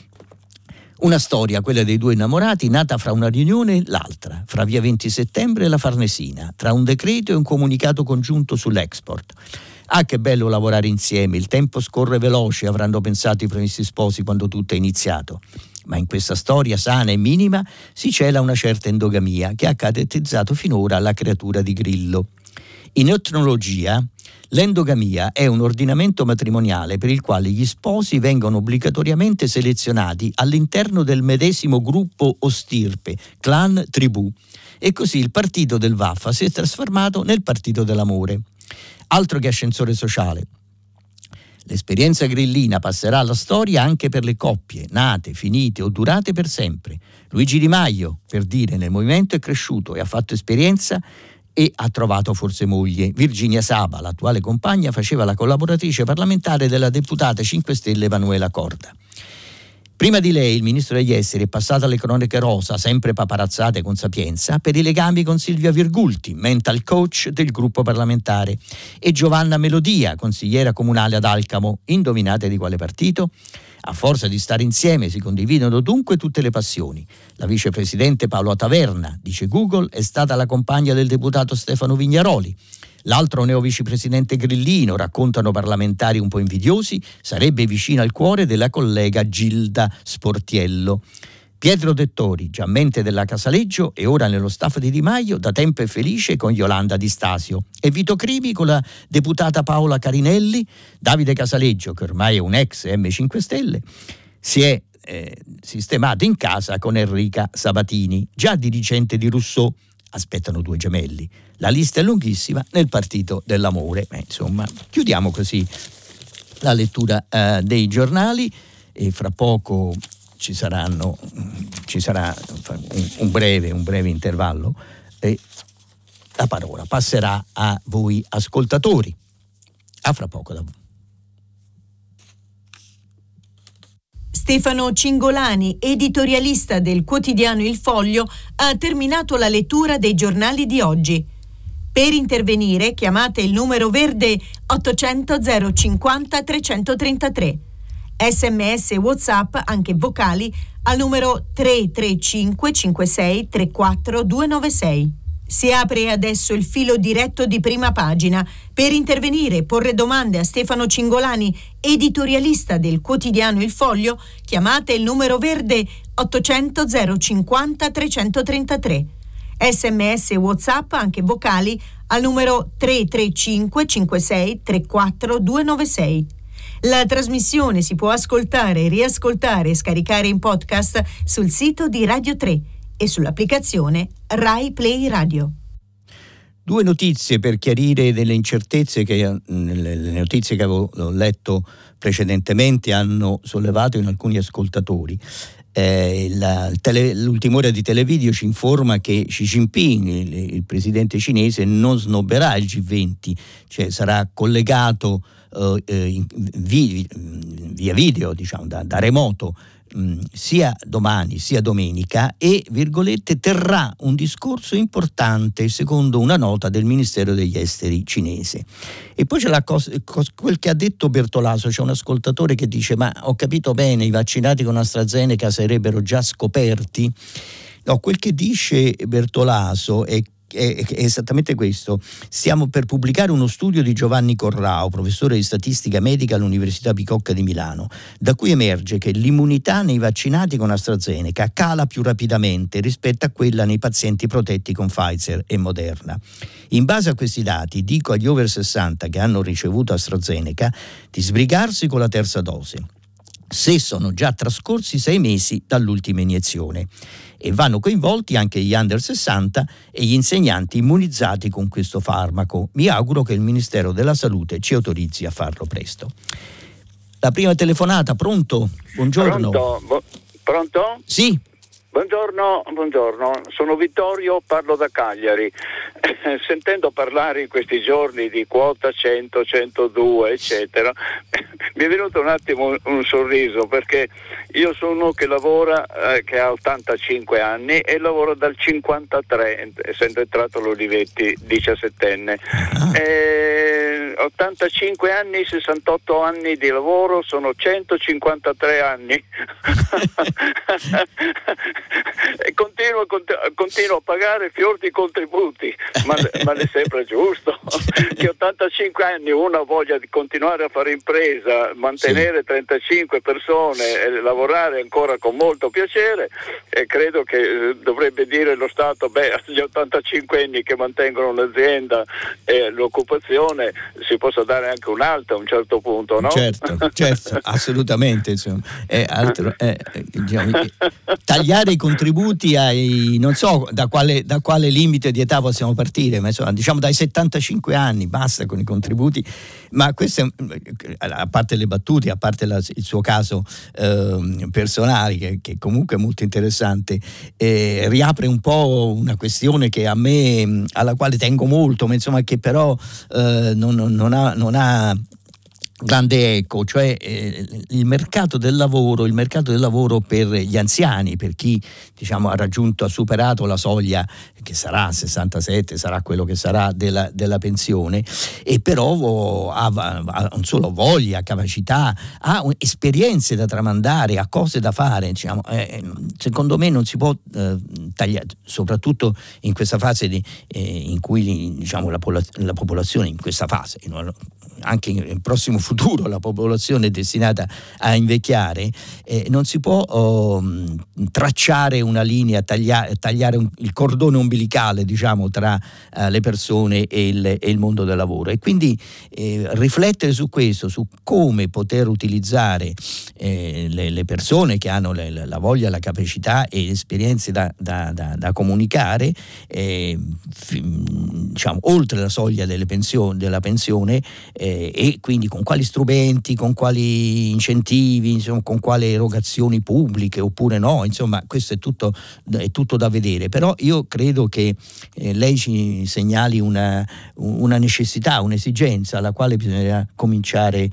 Una storia, quella dei due innamorati, nata fra una riunione e l'altra, fra via 20 settembre e la Farnesina, tra un decreto e un comunicato congiunto sull'export. Ah, che bello lavorare insieme, il tempo scorre veloce, avranno pensato i promessi sposi quando tutto è iniziato. Ma in questa storia sana e minima si cela una certa endogamia che ha caratterizzato finora la creatura di Grillo. In etnologia, l'endogamia è un ordinamento matrimoniale per il quale gli sposi vengono obbligatoriamente selezionati all'interno del medesimo gruppo o stirpe, clan, tribù. E così il partito del Vaffa si è trasformato nel partito dell'amore. Altro che ascensore sociale. L'esperienza grillina passerà alla storia anche per le coppie nate, finite o durate per sempre. Luigi Di Maio, per dire, nel movimento è cresciuto e ha fatto esperienza e ha trovato forse moglie. Virginia Saba, l'attuale compagna, faceva la collaboratrice parlamentare della deputata 5 Stelle Emanuela Corda. Prima di lei il ministro degli esteri è passato alle cronache rosa, sempre paparazzate con sapienza, per i legami con Silvia Virgulti, mental coach del gruppo parlamentare, e Giovanna Melodia, consigliera comunale ad Alcamo. Indovinate di quale partito? A forza di stare insieme si condividono dunque tutte le passioni. La vicepresidente Paola Taverna, dice Google, è stata la compagna del deputato Stefano Vignaroli. L'altro neovicepresidente grillino, raccontano parlamentari un po' invidiosi, sarebbe vicino al cuore della collega Gilda Sportiello. Pietro Dettori, già mente della Casaleggio e ora nello staff di Di Maio, da tempo è felice con Yolanda Di Stasio. E Vito Crimi con la deputata Paola Carinelli. Davide Casaleggio, che ormai è un ex M5 Stelle, si è sistemato in casa con Enrica Sabatini, già dirigente di Rousseau. Aspettano 2 gemelli. La lista è lunghissima nel partito dell'amore. Insomma, chiudiamo così la lettura dei giornali e fra poco ci sarà un breve intervallo e la parola passerà a voi ascoltatori. A fra poco da voi. Stefano Cingolani, editorialista del quotidiano Il Foglio, ha terminato la lettura dei giornali di oggi. Per intervenire chiamate il numero verde 800 050 333. SMS e WhatsApp, anche vocali, al numero 335 56 34 296. Si apre adesso il filo diretto di Prima Pagina. Per intervenire e porre domande a Stefano Cingolani, editorialista del quotidiano Il Foglio, chiamate il numero verde 800 050 333. SMS e WhatsApp, anche vocali, al numero 335 56 34 296. La trasmissione si può ascoltare, riascoltare e scaricare in podcast sul sito di Radio 3 e sull'applicazione Rai Play Radio. 2 notizie per chiarire delle incertezze che le notizie che avevo letto precedentemente hanno sollevato in alcuni ascoltatori. L'ultima ora di Televideo ci informa che Xi Jinping, il presidente cinese, non snobberà il G20, cioè sarà collegato via video, diciamo, da remoto, sia domani sia domenica, e virgolette terrà un discorso importante secondo una nota del Ministero degli Esteri cinese. E poi c'è quel che ha detto Bertolaso. C'è un ascoltatore che dice: ma ho capito bene, i vaccinati con AstraZeneca sarebbero già scoperti? No, quel che dice Bertolaso è è esattamente questo. Stiamo per pubblicare uno studio di Giovanni Corrao, professore di statistica medica all'Università Bicocca di Milano, da cui emerge che l'immunità nei vaccinati con AstraZeneca cala più rapidamente rispetto a quella nei pazienti protetti con Pfizer e Moderna. In base a questi dati dico agli over 60 che hanno ricevuto AstraZeneca di sbrigarsi con la terza dose, se sono già trascorsi 6 mesi dall'ultima iniezione, e vanno coinvolti anche gli under 60 e gli insegnanti immunizzati con questo farmaco. Mi auguro che il Ministero della Salute ci autorizzi a farlo presto. La prima telefonata, pronto? Buongiorno. Pronto? Sì. Buongiorno, sono Vittorio, parlo da Cagliari. Sentendo parlare in questi giorni di quota 100, 102, eccetera, mi è venuto un attimo un sorriso, perché io sono uno che lavora, che ha 85 anni e lavora dal 53, essendo entrato all'Olivetti 17enne. 85 anni, 68 anni di lavoro, sono 153 anni. E continuo a pagare fior di contributi, ma è sempre giusto che 85 anni uno ha voglia di continuare a fare impresa, mantenere 35 persone e lavorare ancora con molto piacere, e credo che dovrebbe dire lo Stato, agli 85 anni che mantengono un'azienda e l'occupazione si possa dare anche un'alta a un certo punto, no? Certo, assolutamente, insomma. Diciamo, tagliare i contributi ai, non so da quale limite di età possiamo partire, ma insomma, diciamo dai 75 anni basta con i contributi. Ma questo a parte le battute, a parte il suo caso personale, che comunque è molto interessante, riapre un po' una questione che alla quale tengo molto, ma insomma che però non ha grande eco, cioè il mercato del lavoro per gli anziani, per chi diciamo ha superato la soglia che sarà 67, sarà quello che sarà della pensione, e però ha non solo voglia, capacità, ha esperienze da tramandare, ha cose da fare, diciamo, secondo me non si può tagliare, soprattutto in questa fase in cui diciamo la popolazione in questa fase, anche nel prossimo futuro la popolazione è destinata a invecchiare, non si può tracciare una linea, tagliare il cordone umbilicale, diciamo, tra le persone e il mondo del lavoro, e quindi riflettere su questo, su come poter utilizzare le persone che hanno la voglia, la capacità e le esperienze da comunicare, diciamo oltre la soglia della pensione, e quindi con quali strumenti, con quali incentivi, insomma, con quali erogazioni pubbliche oppure no, insomma questo è tutto da vedere. Però io credo che lei ci segnali una necessità, un'esigenza alla quale bisogna cominciare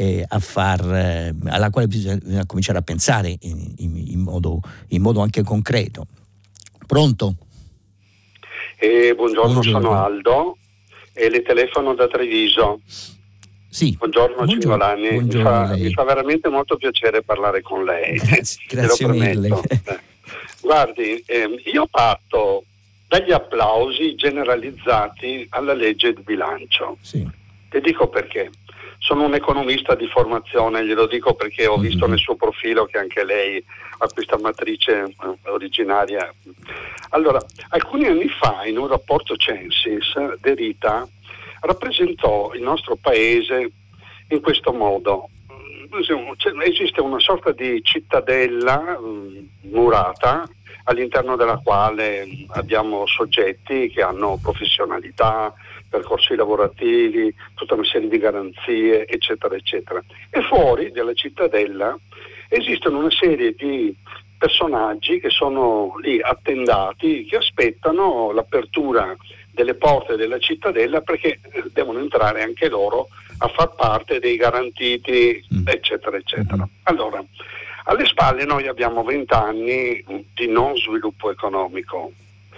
alla quale bisogna cominciare a pensare in modo anche concreto. Pronto? Buongiorno, sono Aldo e le telefono da Treviso. Sì. Buongiorno Cingolani, mi fa veramente molto piacere parlare con lei. Grazie mille. Guardi, io parto dagli applausi generalizzati alla legge di bilancio. Sì. Ti dico perché. Sono un economista di formazione, glielo dico perché ho visto nel suo profilo che anche lei ha questa matrice originaria. Allora, alcuni anni fa in un rapporto Censis, De Rita rappresentò il nostro paese in questo modo. Esiste una sorta di cittadella murata all'interno della quale abbiamo soggetti che hanno professionalità, percorsi lavorativi, tutta una serie di garanzie, eccetera, eccetera. E fuori della cittadella esistono una serie di personaggi che sono lì attendati, che aspettano l'apertura delle porte della cittadella perché devono entrare anche loro a far parte dei garantiti, eccetera, eccetera. Allora, alle spalle noi abbiamo 20 anni di non sviluppo economico.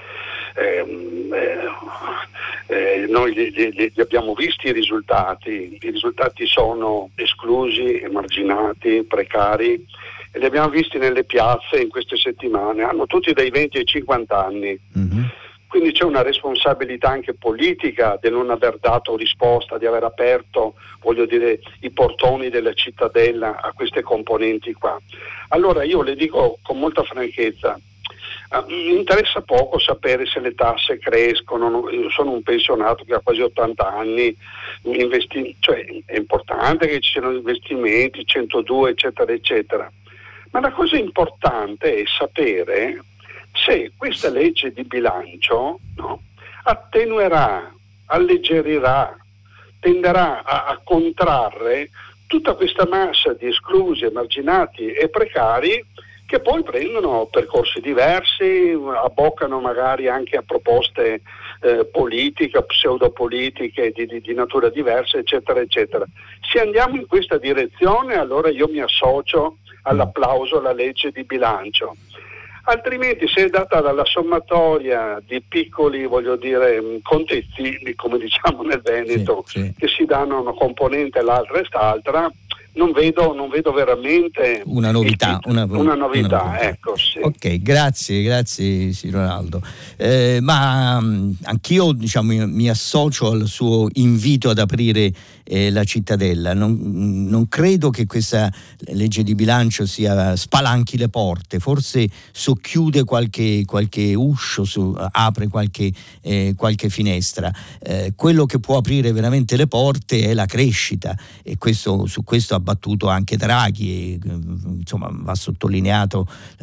Noi li abbiamo visti i risultati sono esclusi, emarginati, precari, e li abbiamo visti nelle piazze in queste settimane, hanno tutti dai 20 ai 50 anni. quindi c'è una responsabilità anche politica del non aver dato risposta, di aver aperto, voglio dire, i portoni della cittadella a queste componenti qua. Allora io le dico con molta franchezza, mi interessa poco sapere se le tasse crescono. Io sono un pensionato che ha quasi 80 anni, cioè è importante che ci siano investimenti, 102 eccetera eccetera, ma la cosa importante è sapere se questa legge di bilancio, no, attenuerà, alleggerirà, tenderà a contrarre tutta questa massa di esclusi, emarginati e precari che poi prendono percorsi diversi, abboccano magari anche a proposte politiche, pseudopolitiche di natura diversa, eccetera, eccetera. Se andiamo in questa direzione, allora io mi associo all'applauso alla legge di bilancio. Altrimenti, se è data dalla sommatoria di piccoli, voglio dire, contezzini, come diciamo nel Veneto, sì. Che si danno una componente e l'altra e quest'altra, non vedo veramente una novità. Una novità. Ecco, sì. Ok, grazie Sir Ronaldo. Ma anch'io mi associo al suo invito ad aprire la cittadella. Non credo che questa legge di bilancio spalanchi le porte, forse socchiude qualche uscio, apre qualche finestra. Quello che può aprire veramente le porte è la crescita, e su questo ha battuto anche Draghi, e insomma va sottolineato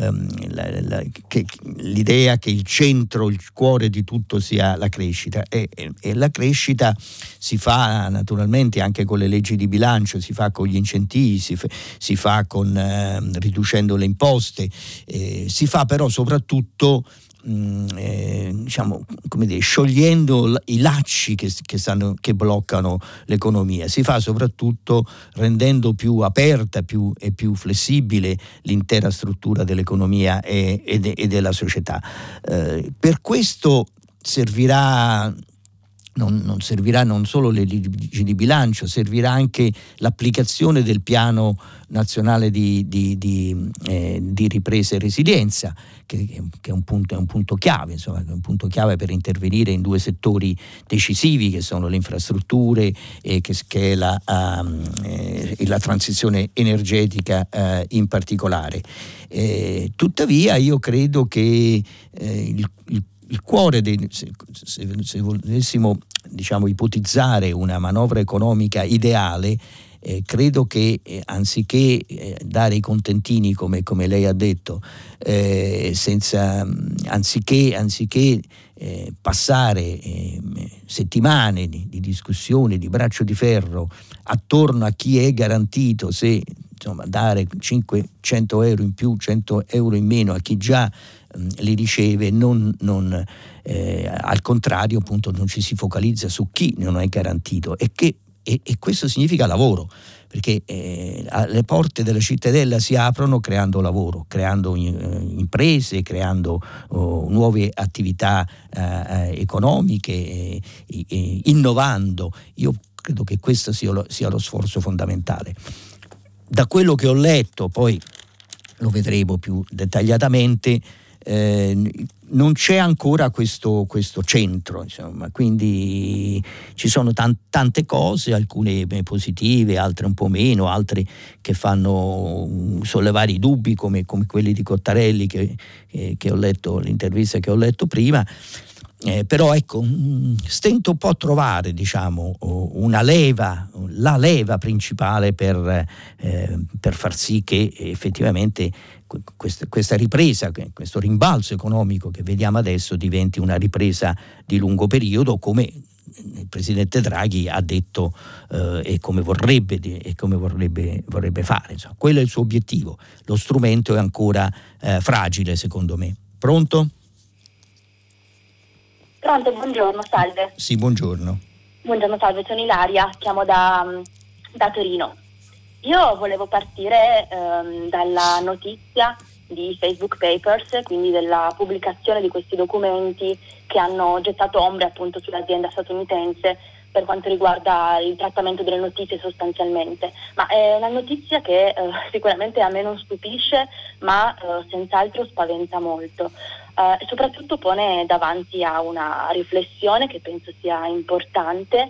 l'idea che il centro, il cuore di tutto sia la crescita, e la crescita si fa naturalmente anche con le leggi di bilancio, si fa con gli incentivi, si fa con riducendo le imposte, si fa però soprattutto sciogliendo i lacci che bloccano l'economia. Si fa soprattutto rendendo più aperta e più flessibile l'intera struttura dell'economia e della società. Per questo non servirà non solo le leggi di bilancio, servirà anche l'applicazione del piano nazionale di ripresa e resilienza, che è un punto chiave, insomma, è un punto chiave per intervenire in due settori decisivi, che sono le infrastrutture e che è la transizione energetica in particolare. Tuttavia io credo che il cuore se volessimo ipotizzare una manovra economica ideale, credo che anziché dare i contentini come lei ha detto, anziché passare settimane di discussione, di braccio di ferro attorno a chi è garantito, se dare 500 euro in più, 100 euro in meno a chi già li riceve, al contrario, appunto, non ci si focalizza su chi non è garantito, e questo significa lavoro, perché le porte della cittadella si aprono creando lavoro, creando imprese, creando nuove attività economiche, innovando. Io credo che questo sia lo sforzo fondamentale. Da quello che ho letto, poi lo vedremo più dettagliatamente, non c'è ancora questo centro, insomma, quindi ci sono tante cose, alcune positive, altre un po' meno, altre che fanno sollevare i dubbi, come quelli di Cottarelli che ho letto, l'intervista che ho letto prima. Però ecco, stento un po' a trovare la leva principale per far sì che effettivamente questa ripresa, questo rimbalzo economico che vediamo adesso diventi una ripresa di lungo periodo, come il presidente Draghi ha detto, e come vorrebbe fare. Insomma, quello è il suo obiettivo. Lo strumento è ancora fragile, secondo me. Pronto? Pronto, buongiorno, salve. Sì, buongiorno. Buongiorno, salve, sono Ilaria, chiamo da Torino. Io volevo partire dalla notizia di Facebook Papers, quindi della pubblicazione di questi documenti che hanno gettato ombre appunto sull'azienda statunitense per quanto riguarda il trattamento delle notizie sostanzialmente. Ma è una notizia che sicuramente a me non stupisce, ma senz'altro spaventa molto. e soprattutto pone davanti a una riflessione che penso sia importante,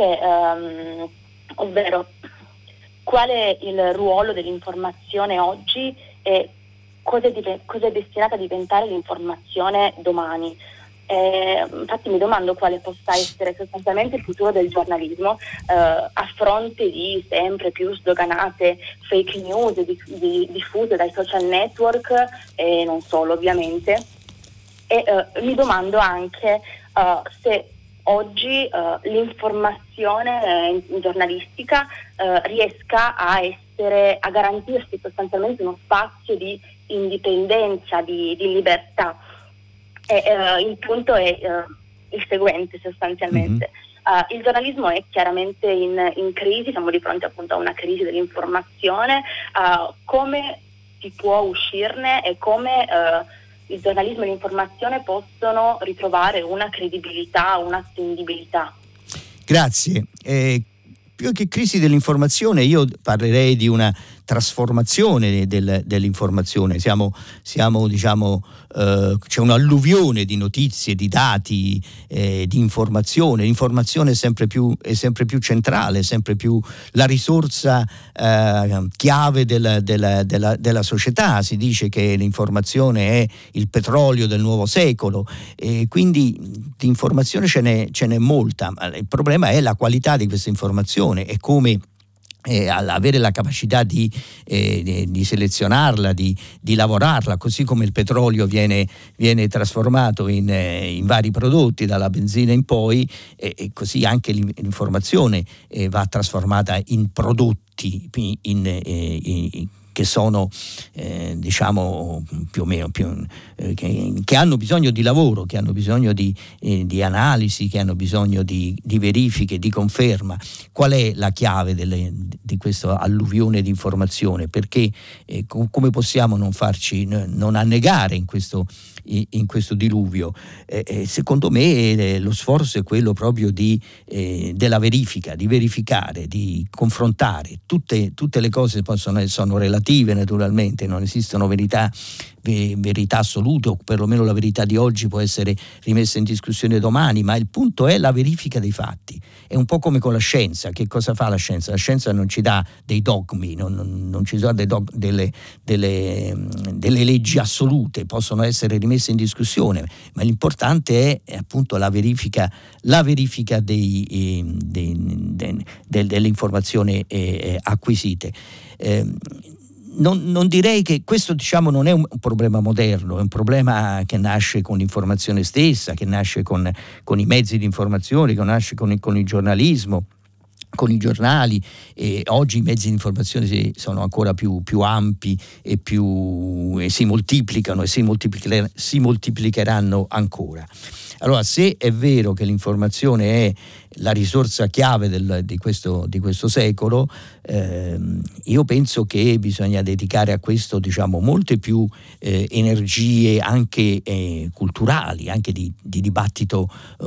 ovvero qual è il ruolo dell'informazione oggi e cosa è destinata a diventare l'informazione domani. Infatti mi domando quale possa essere sostanzialmente il futuro del giornalismo a fronte di sempre più sdoganate fake news diffuse dai social network e non solo, ovviamente. E mi domando anche se oggi l'informazione giornalistica riesca a garantirsi sostanzialmente uno spazio di indipendenza, di libertà. Il punto è il seguente sostanzialmente. Il giornalismo è chiaramente in crisi, siamo di fronte appunto a una crisi dell'informazione. Come si può uscirne e come il giornalismo e l'informazione possono ritrovare una credibilità, un'attendibilità? Grazie. Più che crisi dell'informazione, io parlerei di una trasformazione dell'informazione. Siamo diciamo, c'è un'alluvione di notizie, di dati, di informazione. L'informazione è sempre più centrale, sempre più la risorsa chiave della società. Si dice che l'informazione è il petrolio del nuovo secolo, e quindi di informazione ce n'è molta. Ma il problema è la qualità di questa informazione e come avere la capacità di selezionarla, di lavorarla, così come il petrolio viene trasformato in vari prodotti dalla benzina in poi, e così anche l'informazione va trasformata in prodotti che sono diciamo più o meno che hanno bisogno di lavoro, che hanno bisogno di analisi, che hanno bisogno di verifiche, di conferma. Qual è la chiave di questa alluvione di informazione? Perché come possiamo non annegare in questo diluvio? Secondo me lo sforzo è quello proprio della verifica, di verificare, di confrontare. Tutte le cose sono relative, naturalmente, non esistono verità assolute, o perlomeno la verità di oggi può essere rimessa in discussione domani, ma il punto è la verifica dei fatti. È un po' come con la scienza. Che cosa fa la scienza? La scienza non ci dà dei dogmi, non ci dà delle leggi assolute, possono essere rimesse in discussione, ma l'importante è appunto la verifica delle informazioni acquisite. Non direi che questo, diciamo, non è un problema moderno, è un problema che nasce con l'informazione stessa, che nasce con i mezzi di informazione, che nasce con il giornalismo, con i giornali. E oggi i mezzi di informazione sono ancora più ampi e si moltiplicano e si moltiplicheranno ancora. Allora, se è vero che l'informazione è la risorsa chiave di questo secolo, io penso che bisogna dedicare a questo, diciamo, molte più energie anche culturali, anche di dibattito,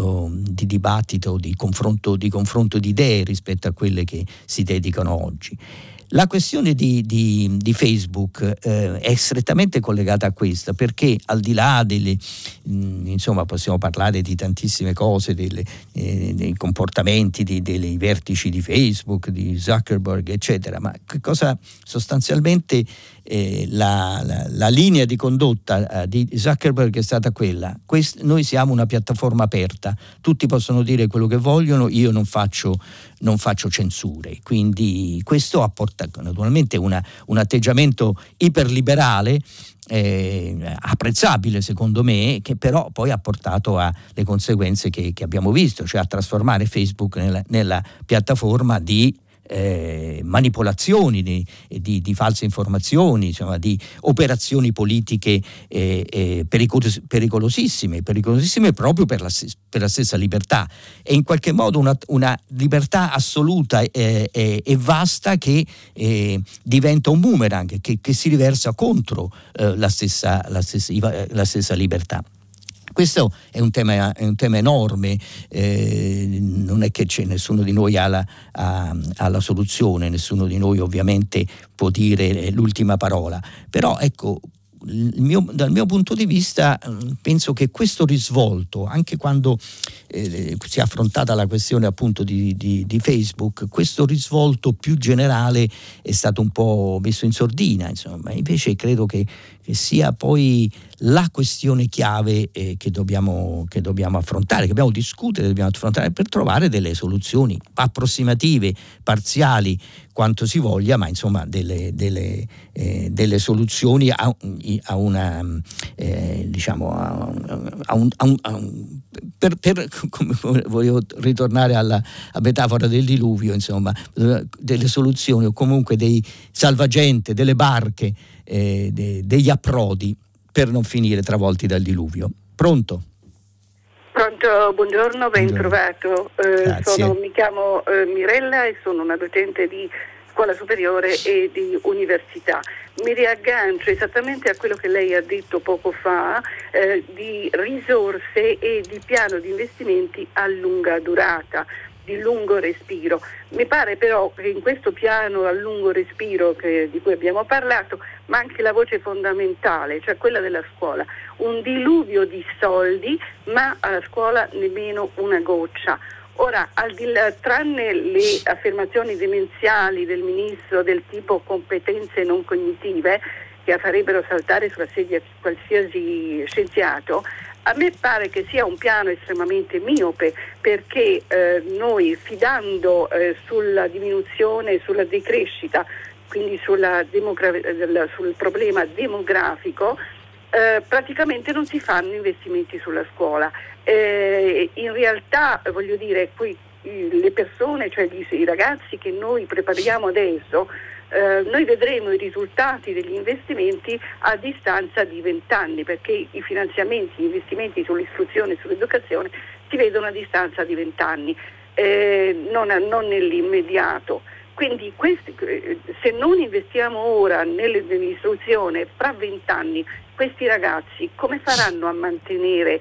di confronto di idee rispetto a quelle che si dedicano oggi. La questione di Facebook è strettamente collegata a questa, perché al di là insomma, possiamo parlare di tantissime cose, dei comportamenti dei vertici di Facebook, di Zuckerberg, eccetera, ma che cosa sostanzialmente la linea di condotta di Zuckerberg è stata quella: noi siamo una piattaforma aperta, tutti possono dire quello che vogliono, io non faccio censure. Quindi questo ha portato naturalmente un atteggiamento iperliberale, apprezzabile secondo me, che però poi ha portato alle conseguenze che abbiamo visto, cioè a trasformare Facebook nella piattaforma di manipolazioni, di false informazioni, insomma, di operazioni politiche pericolosissime proprio per la stessa libertà, e in qualche modo una libertà assoluta e vasta che diventa un boomerang che si riversa contro la stessa libertà. Questo è un tema enorme, non è che c'è nessuno di noi ha la soluzione, nessuno di noi ovviamente può dire l'ultima parola, però ecco, dal mio punto di vista penso che questo risvolto, anche quando si è affrontata la questione appunto di Facebook, questo risvolto più generale è stato un po' messo in sordina, insomma. Invece credo che sia poi la questione chiave che dobbiamo affrontare, che dobbiamo discutere, dobbiamo affrontare per trovare delle soluzioni approssimative, parziali, quanto si voglia, ma insomma delle soluzioni come voglio ritornare alla metafora del diluvio, insomma, delle soluzioni o comunque dei salvagente, delle barche, degli approdi per non finire travolti dal diluvio. Pronto? Pronto, buongiorno, ben trovato. Mi chiamo Mirella e sono una docente di scuola superiore e di università. Mi riaggancio esattamente a quello che lei ha detto poco fa di risorse e di piano di investimenti a lunga durata, di lungo respiro. Mi pare però che in questo piano a lungo respiro di cui abbiamo parlato manchi la voce fondamentale, cioè quella della scuola. Un diluvio di soldi, ma alla scuola nemmeno una goccia. Ora, tranne le affermazioni demenziali del ministro del tipo competenze non cognitive, che farebbero saltare sulla sedia qualsiasi scienziato, a me pare che sia un piano estremamente miope, perché noi, fidando sulla diminuzione, sulla decrescita, quindi sul problema demografico, praticamente non si fanno investimenti sulla scuola. In realtà, voglio dire, poi le persone, cioè i ragazzi che noi prepariamo adesso, noi vedremo i risultati degli investimenti a distanza di 20 anni, perché i finanziamenti, gli investimenti sull'istruzione e sull'educazione si vedono a distanza di 20 anni, non nell'immediato. Quindi se non investiamo ora nell'istruzione, fra 20 anni questi ragazzi come faranno a mantenere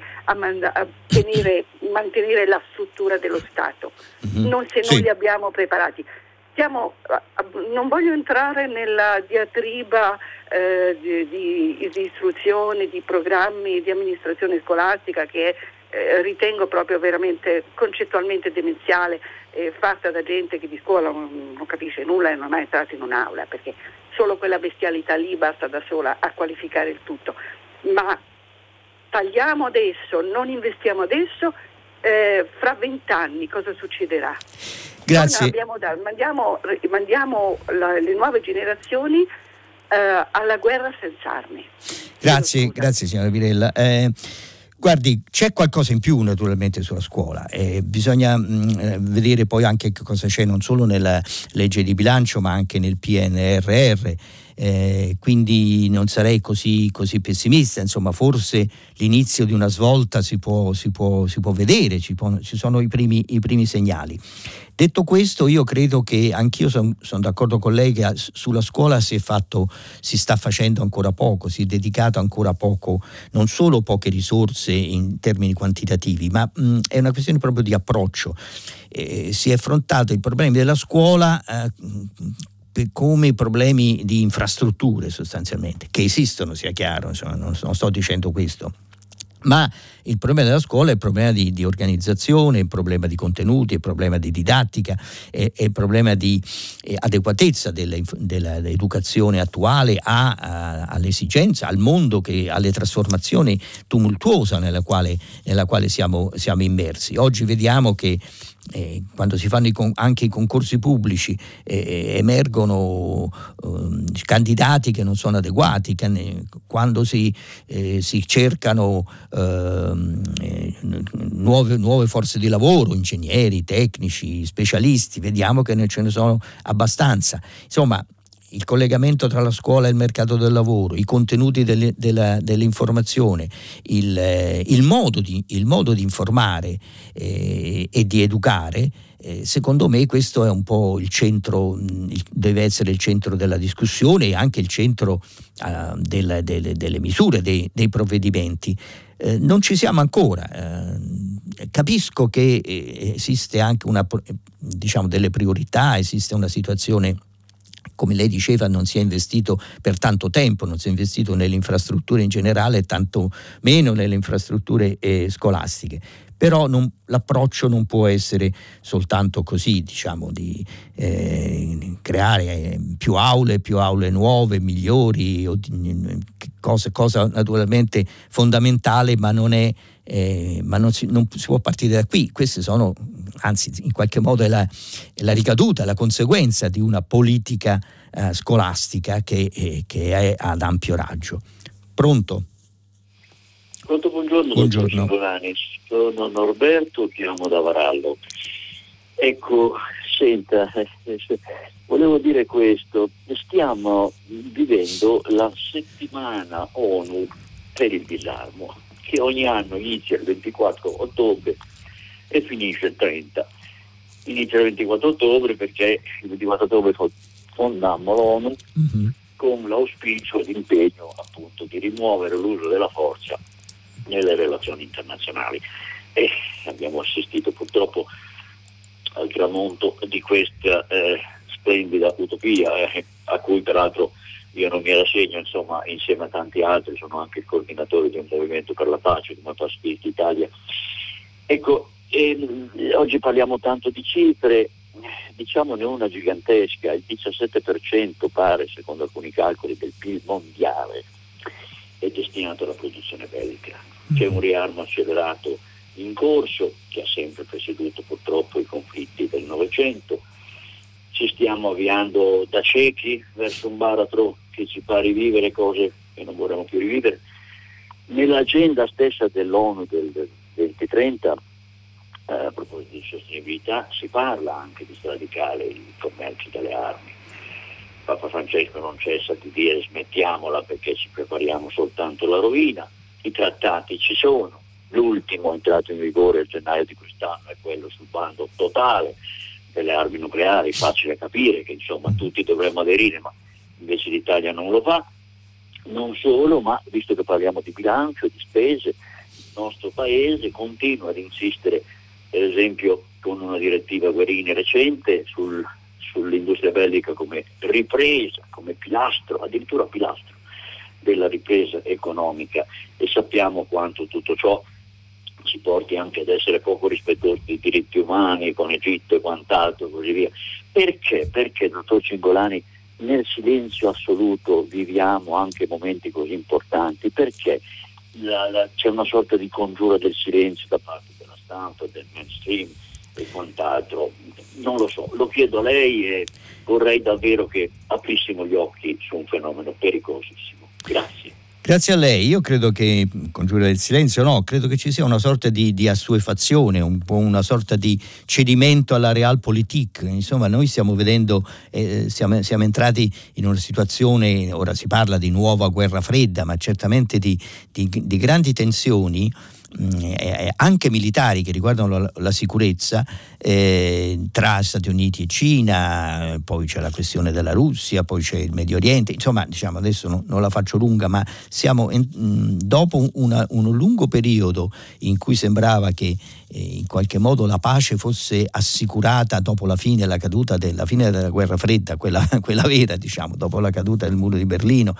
la struttura dello Stato? Non li abbiamo preparati. Non voglio entrare nella diatriba di istruzione, di programmi di amministrazione scolastica che ritengo proprio veramente concettualmente demenziale, fatta da gente che di scuola non capisce nulla e non è mai entrato in un'aula, perché solo quella bestialità lì basta da sola a qualificare il tutto. Ma tagliamo adesso, non investiamo adesso, fra 20 anni cosa succederà? Grazie. Mandiamo le nuove generazioni alla guerra senza armi. Grazie signora Mirella. Guardi, c'è qualcosa in più naturalmente sulla scuola, bisogna vedere poi anche che cosa c'è non solo nella legge di bilancio ma anche nel PNRR, quindi non sarei così pessimista, insomma forse l'inizio di una svolta si può vedere, ci sono i primi segnali. Detto questo, io credo che anch'io sono d'accordo con lei che sulla scuola si sta facendo ancora poco, si è dedicato ancora poco, non solo poche risorse in termini quantitativi, ma è una questione proprio di approccio. Si è affrontato i problemi della scuola come problemi di infrastrutture sostanzialmente, che esistono, sia chiaro, insomma, non sto dicendo questo. Ma il problema della scuola è il problema di organizzazione, il problema di contenuti, il problema di didattica, è il problema di adeguatezza dell'educazione attuale all'esigenza, al mondo, alle trasformazioni tumultuose nella quale siamo immersi. Oggi vediamo che quando si fanno anche i concorsi pubblici emergono candidati che non sono adeguati, quando si cercano nuove forze di lavoro, ingegneri, tecnici, specialisti, vediamo che ce ne sono abbastanza. Insomma, il collegamento tra la scuola e il mercato del lavoro, i contenuti dell'informazione, il modo di informare e di educare, secondo me questo è un po' il centro, deve essere il centro della discussione e anche il centro delle misure, dei provvedimenti. Non ci siamo ancora. Capisco che esiste anche delle priorità, esiste una situazione come lei diceva, non si è investito per tanto tempo, non si è investito nelle infrastrutture in generale, tanto meno nelle infrastrutture scolastiche. Però l'approccio non può essere soltanto così, diciamo, di creare più aule nuove, migliori, cosa naturalmente fondamentale, ma non si può partire da qui. Queste sono, anzi, in qualche modo è la ricaduta, la conseguenza di una politica scolastica che è ad ampio raggio. Pronto? Buongiorno. Cingolani. Sono Norberto, chiamo da Varallo. Ecco, senta, volevo dire questo: stiamo vivendo la settimana ONU per il disarmo, che ogni anno inizia il 24 ottobre e finisce il 30. Inizia il 24 ottobre perché il 24 ottobre fondammo l'ONU con l'auspicio e l'impegno appunto di rimuovere l'uso della forza nelle relazioni internazionali, e abbiamo assistito purtroppo al tramonto di questa splendida utopia, a cui peraltro io non mi rassegno, insomma, insieme a tanti altri. Sono anche il coordinatore di un movimento per la pace come Pacific Italia. Ecco, oggi parliamo tanto di cifre, diciamone una gigantesca: il 17% pare, secondo alcuni calcoli, del PIL mondiale è destinato alla produzione bellica. C'è un riarmo accelerato in corso che ha sempre preceduto purtroppo i conflitti del Novecento. Ci stiamo avviando da ciechi verso un baratro che ci fa rivivere cose che non vorremmo più rivivere. Nell'agenda stessa dell'ONU del 2030, a proposito di sostenibilità, si parla anche di sradicare il commercio delle armi. Papa Francesco non cessa di dire smettiamola perché ci prepariamo soltanto alla rovina. I trattati ci sono, l'ultimo è entrato in vigore a gennaio di quest'anno è quello sul bando totale delle armi nucleari. Facile capire che insomma tutti dovremmo aderire, ma invece l'Italia non lo fa. Non solo, ma visto che parliamo di bilancio, di spese, il nostro paese continua ad insistere, per esempio con una direttiva Guerini recente, sull'industria bellica come ripresa, come pilastro, addirittura pilastro della ripresa economica, e sappiamo quanto tutto ciò ci porti anche ad essere poco rispettosi dei diritti umani con Egitto e quant'altro, così via. Perché, dottor Cingolani, nel silenzio assoluto viviamo anche momenti così importanti? Perché c'è una sorta di congiura del silenzio da parte della stampa, del mainstream e quant'altro? Non lo so, lo chiedo a lei e vorrei davvero che aprissimo gli occhi su un fenomeno pericolosissimo. Grazie a lei. Io credo che, congiura del silenzio, credo che ci sia una sorta di assuefazione, un po' una sorta di cedimento alla realpolitik. Insomma, noi stiamo vedendo, siamo entrati in una situazione, ora si parla di nuova guerra fredda, ma certamente di grandi tensioni, anche militari, che riguardano la sicurezza tra Stati Uniti e Cina. Poi c'è la questione della Russia, poi c'è il Medio Oriente. Insomma, diciamo, adesso non la faccio lunga, ma siamo dopo un lungo periodo in cui sembrava che in qualche modo la pace fosse assicurata dopo la fine della guerra fredda, quella vera, diciamo, dopo la caduta del muro di Berlino,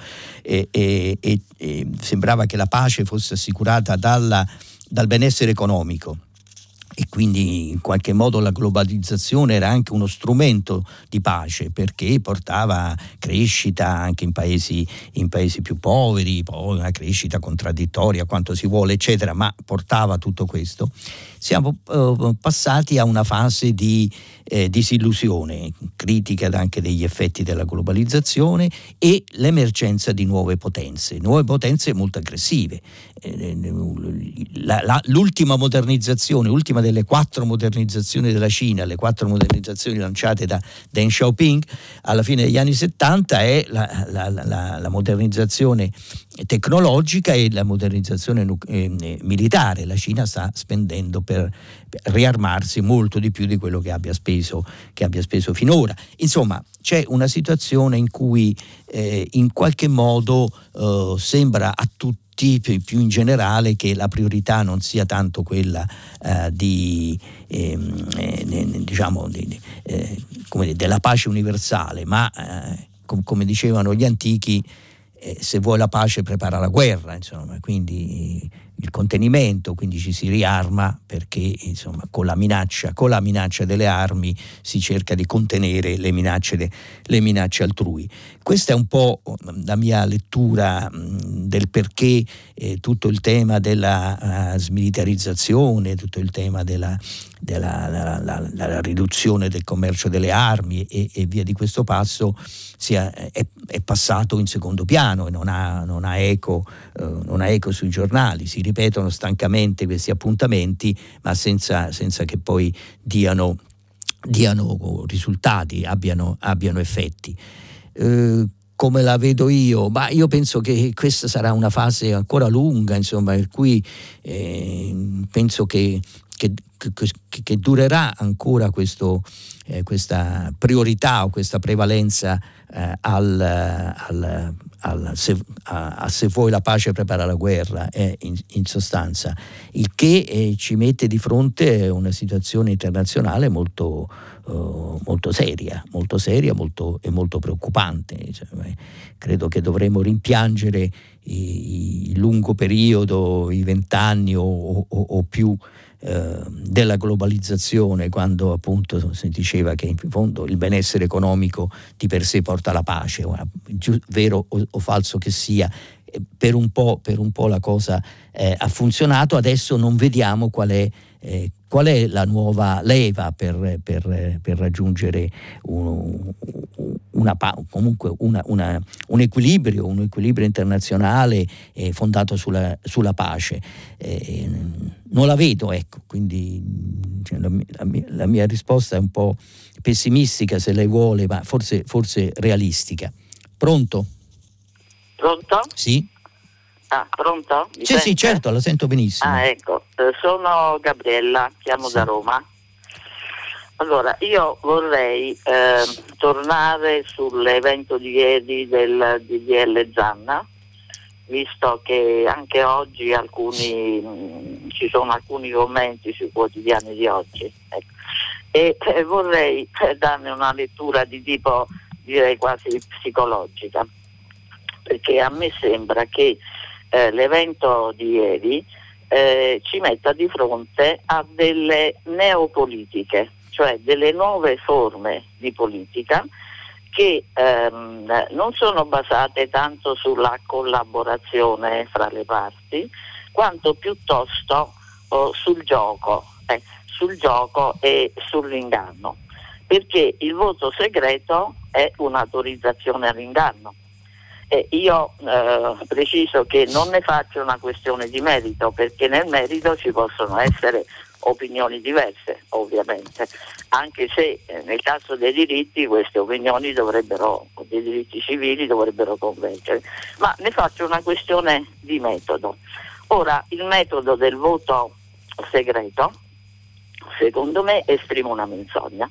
e sembrava che la pace fosse assicurata dal benessere economico, e quindi in qualche modo la globalizzazione era anche uno strumento di pace, perché portava crescita anche in paesi più poveri, poi una crescita contraddittoria quanto si vuole, eccetera, ma portava tutto questo. Siamo passati a una fase di disillusione, critica anche degli effetti della globalizzazione e l'emergenza di nuove potenze molto aggressive. L'ultima modernizzazione, l'ultima delle 4 modernizzazioni della Cina, le 4 modernizzazioni lanciate da Deng Xiaoping alla fine degli anni 70, è la modernizzazione tecnologica e la modernizzazione militare. La Cina sta spendendo per riarmarsi molto di più di quello che abbia speso finora. Insomma, c'è una situazione in cui in qualche modo sembra a tutti, più in generale, che la priorità non sia tanto quella della pace universale, ma come dicevano gli antichi, se vuoi la pace prepara la guerra, insomma, quindi il contenimento, quindi ci si riarma, perché insomma con la minaccia delle armi si cerca di contenere le minacce altrui. Questa è un po' la mia lettura del perché tutto il tema della smilitarizzazione, tutto il tema della riduzione del commercio delle armi e via di questo passo è passato in secondo piano e non ha eco sui giornali. Si ripetono stancamente questi appuntamenti, ma senza che poi diano risultati, abbiano effetti. Come la vedo io? Ma io penso che questa sarà una fase ancora lunga, insomma, per cui penso che durerà ancora questa priorità o questa prevalenza se vuoi la pace prepara la guerra, in sostanza, il che ci mette di fronte a una situazione internazionale molto seria, molto preoccupante. Cioè, credo che dovremo rimpiangere il lungo periodo, i 20 anni o più della globalizzazione, quando appunto si diceva che in fondo il benessere economico di per sé porta la pace. Vero o falso che sia, per un po' la cosa ha funzionato. Adesso non vediamo qual è la nuova leva per raggiungere un equilibrio internazionale fondato sulla pace. Non la vedo, ecco, quindi la mia risposta è un po' pessimistica, se lei vuole, ma forse realistica. Pronto? Pronto? Sì. Pronto? Sì, certo, la sento benissimo. Ecco, sono Gabriella, chiamo da Roma. Allora, io vorrei tornare sull'evento di ieri del DDL Zan, visto che anche oggi ci sono alcuni commenti sui quotidiani di oggi. Ecco. E vorrei darne una lettura di tipo, direi, quasi psicologica, perché a me sembra che l'evento di ieri ci metta di fronte a delle neopolitiche, cioè delle nuove forme di politica che non sono basate tanto sulla collaborazione fra le parti, quanto piuttosto sul gioco e sull'inganno, perché il voto segreto è un'autorizzazione all'inganno. Io preciso che non ne faccio una questione di merito, perché nel merito ci possono essere opinioni diverse, ovviamente, anche se nel caso dei diritti queste opinioni dei diritti civili dovrebbero convergere, ma ne faccio una questione di metodo. Ora, il metodo del voto segreto, secondo me, esprime una menzogna.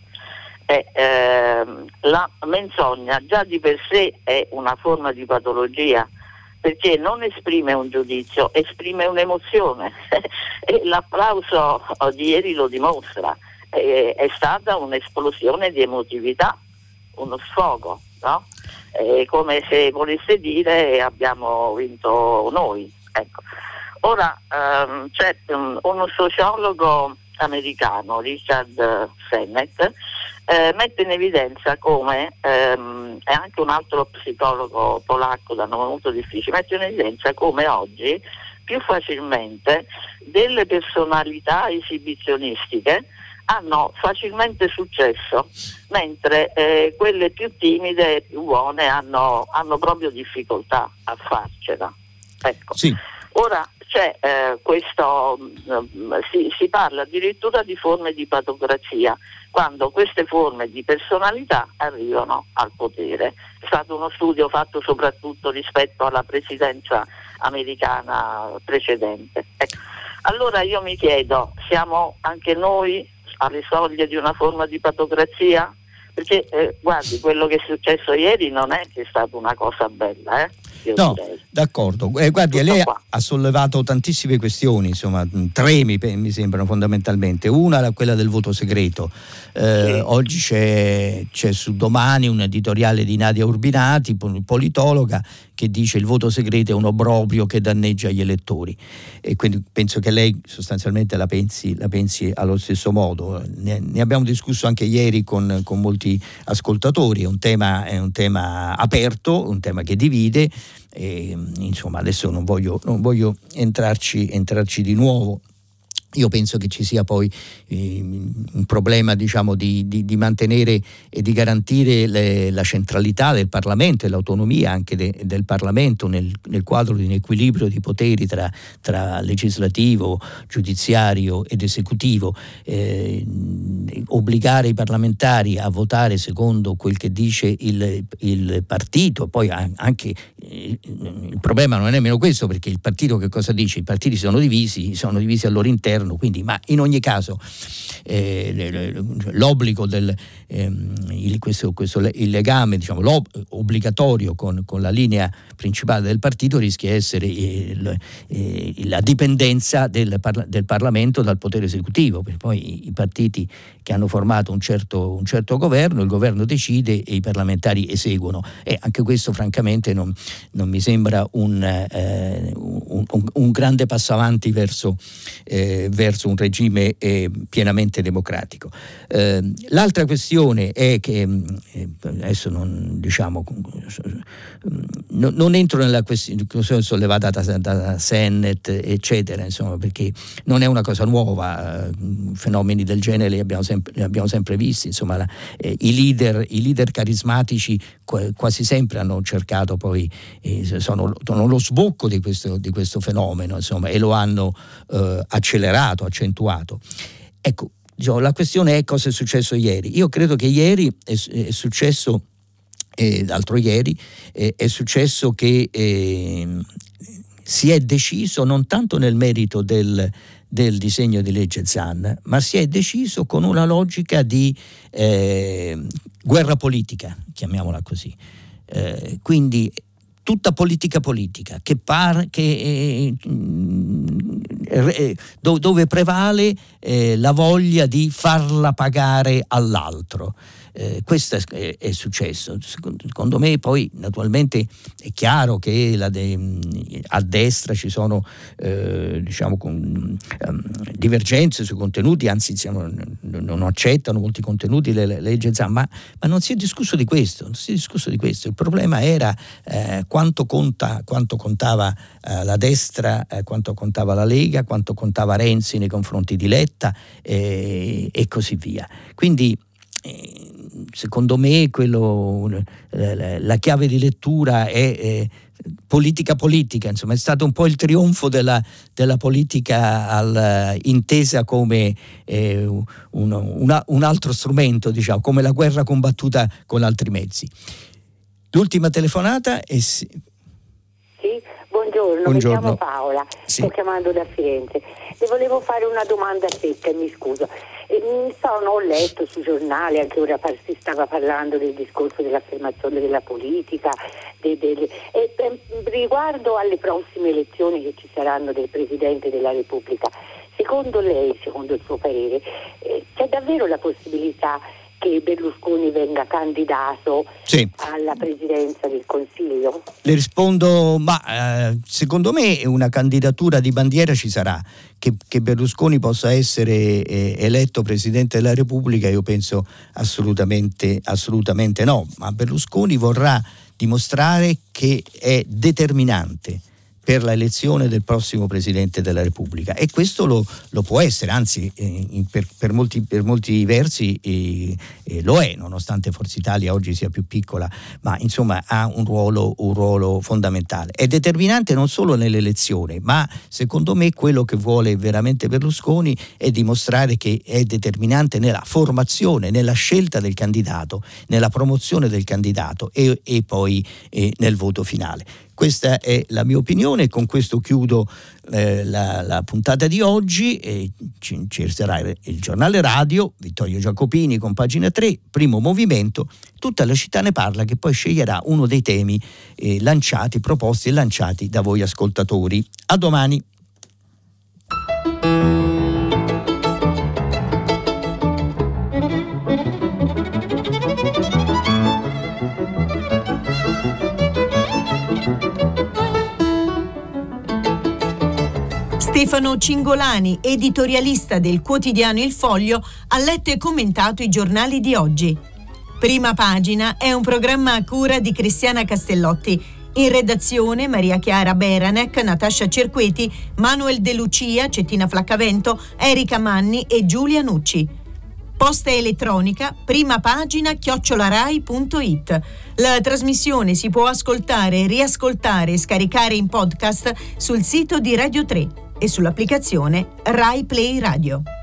La menzogna già di per sé è una forma di patologia, perché non esprime un giudizio, esprime un'emozione e l'applauso di ieri lo dimostra. È stata un'esplosione di emotività, uno sfogo, no? Come se volesse dire abbiamo vinto noi. Ecco. Ora c'è uno sociologo americano, Richard Sennett, mette in evidenza come, e anche un altro psicologo polacco da nome molto difficile, mette in evidenza come oggi più facilmente delle personalità esibizionistiche hanno facilmente successo, mentre quelle più timide e più buone hanno proprio difficoltà a farcela. Ecco. Sì. Ora c'è si parla addirittura di forme di patocrazia, quando queste forme di personalità arrivano al potere. È stato uno studio fatto soprattutto rispetto alla presidenza americana precedente. Ecco. Allora io mi chiedo, siamo anche noi alle soglie di una forma di patocrazia? Perché guardi, quello che è successo ieri non è che è stata una cosa bella, No, d'accordo. Guardi, lei ha sollevato tantissime questioni, insomma, 3 mi sembrano fondamentalmente. Una è quella del voto segreto. Oggi c'è su Domani un editoriale di Nadia Urbinati, politologa, che dice il voto segreto è un obbrobrio che danneggia gli elettori, e quindi penso che lei sostanzialmente la pensi allo stesso modo. Ne abbiamo discusso anche ieri con molti ascoltatori. È un tema aperto, un tema che divide, e insomma adesso non voglio entrarci di nuovo. Io penso che ci sia poi un problema, diciamo, di mantenere e di garantire la centralità del Parlamento e l'autonomia anche del Parlamento nel quadro di un equilibrio di poteri tra legislativo, giudiziario ed esecutivo. Obbligare i parlamentari a votare secondo quel che dice il partito, poi anche il problema non è nemmeno questo, perché il partito che cosa dice? I partiti sono divisi al loro interno. Quindi, ma in ogni caso l'obbligo il legame, diciamo, obbligatorio con la linea principale del partito rischia di essere la dipendenza del Parlamento dal potere esecutivo, perché poi i partiti che hanno formato un certo governo, il governo decide e i parlamentari eseguono, e anche questo francamente non mi sembra un grande passo avanti verso un regime pienamente democratico. L'altra questione è che adesso non entro nella questione sollevata da Sennett eccetera, insomma, perché non è una cosa nuova. Fenomeni del genere li abbiamo sempre visti, insomma. I leader carismatici quasi sempre hanno cercato poi sono lo sbocco di questo fenomeno, insomma, e lo hanno accentuato. Ecco, la questione è cosa è successo ieri. Io credo che ieri è successo, l'altro ieri è successo che si è deciso non tanto nel merito del disegno di legge Zan, ma si è deciso con una logica di guerra politica, chiamiamola così. Quindi tutta politica dove prevale la voglia di farla pagare all'altro. Questo è successo. Secondo me poi naturalmente è chiaro che a destra ci sono divergenze sui contenuti, anzi non accettano molti contenuti le leggi Zan, ma non si è discusso di questo. Il problema era quanto contava la destra, quanto contava la Lega, quanto contava Renzi nei confronti di Letta e così via. Quindi secondo me la chiave di lettura è politica, insomma, è stato un po' il trionfo della politica intesa come un altro strumento, diciamo, come la guerra combattuta con altri mezzi. L'ultima telefonata è... Sì, buongiorno, mi chiamo Paola, sto chiamando da Firenze. Le volevo fare una domanda secca e mi scuso. Ho letto sui giornali, anche ora si stava parlando del discorso dell'affermazione della politica, riguardo alle prossime elezioni che ci saranno del Presidente della Repubblica. Secondo lei, secondo il suo parere, c'è davvero la possibilità che Berlusconi venga candidato alla presidenza del Consiglio? Le rispondo, secondo me una candidatura di bandiera ci sarà. Che Berlusconi possa essere eletto Presidente della Repubblica, io penso assolutamente no, ma Berlusconi vorrà dimostrare che è determinante per la elezione del prossimo Presidente della Repubblica, e questo lo può essere, anzi per molti versi lo è, nonostante Forza Italia oggi sia più piccola, ma insomma ha un ruolo fondamentale. È determinante non solo nell'elezione, ma secondo me quello che vuole veramente Berlusconi è dimostrare che è determinante nella formazione, nella scelta del candidato, nella promozione del candidato e poi nel voto finale. Questa è la mia opinione e con questo chiudo la puntata di oggi. E ci sarà il giornale radio, Vittorio Giacopini con Pagina 3, Primo Movimento, Tutta la città ne parla, che poi sceglierà uno dei temi proposti e lanciati da voi ascoltatori. A domani. Stefano Cingolani, editorialista del quotidiano Il Foglio, ha letto e commentato i giornali di oggi. Prima Pagina è un programma a cura di Cristiana Castellotti. In redazione Maria Chiara Beranec, Natascia Cerqueti, Manuel De Lucia, Cettina Flaccavento, Erika Manni e Giulia Nucci. Posta elettronica primapagina@rai.it. La trasmissione si può ascoltare, riascoltare e scaricare in podcast sul sito di Radio 3 e sull'applicazione Rai Play Radio.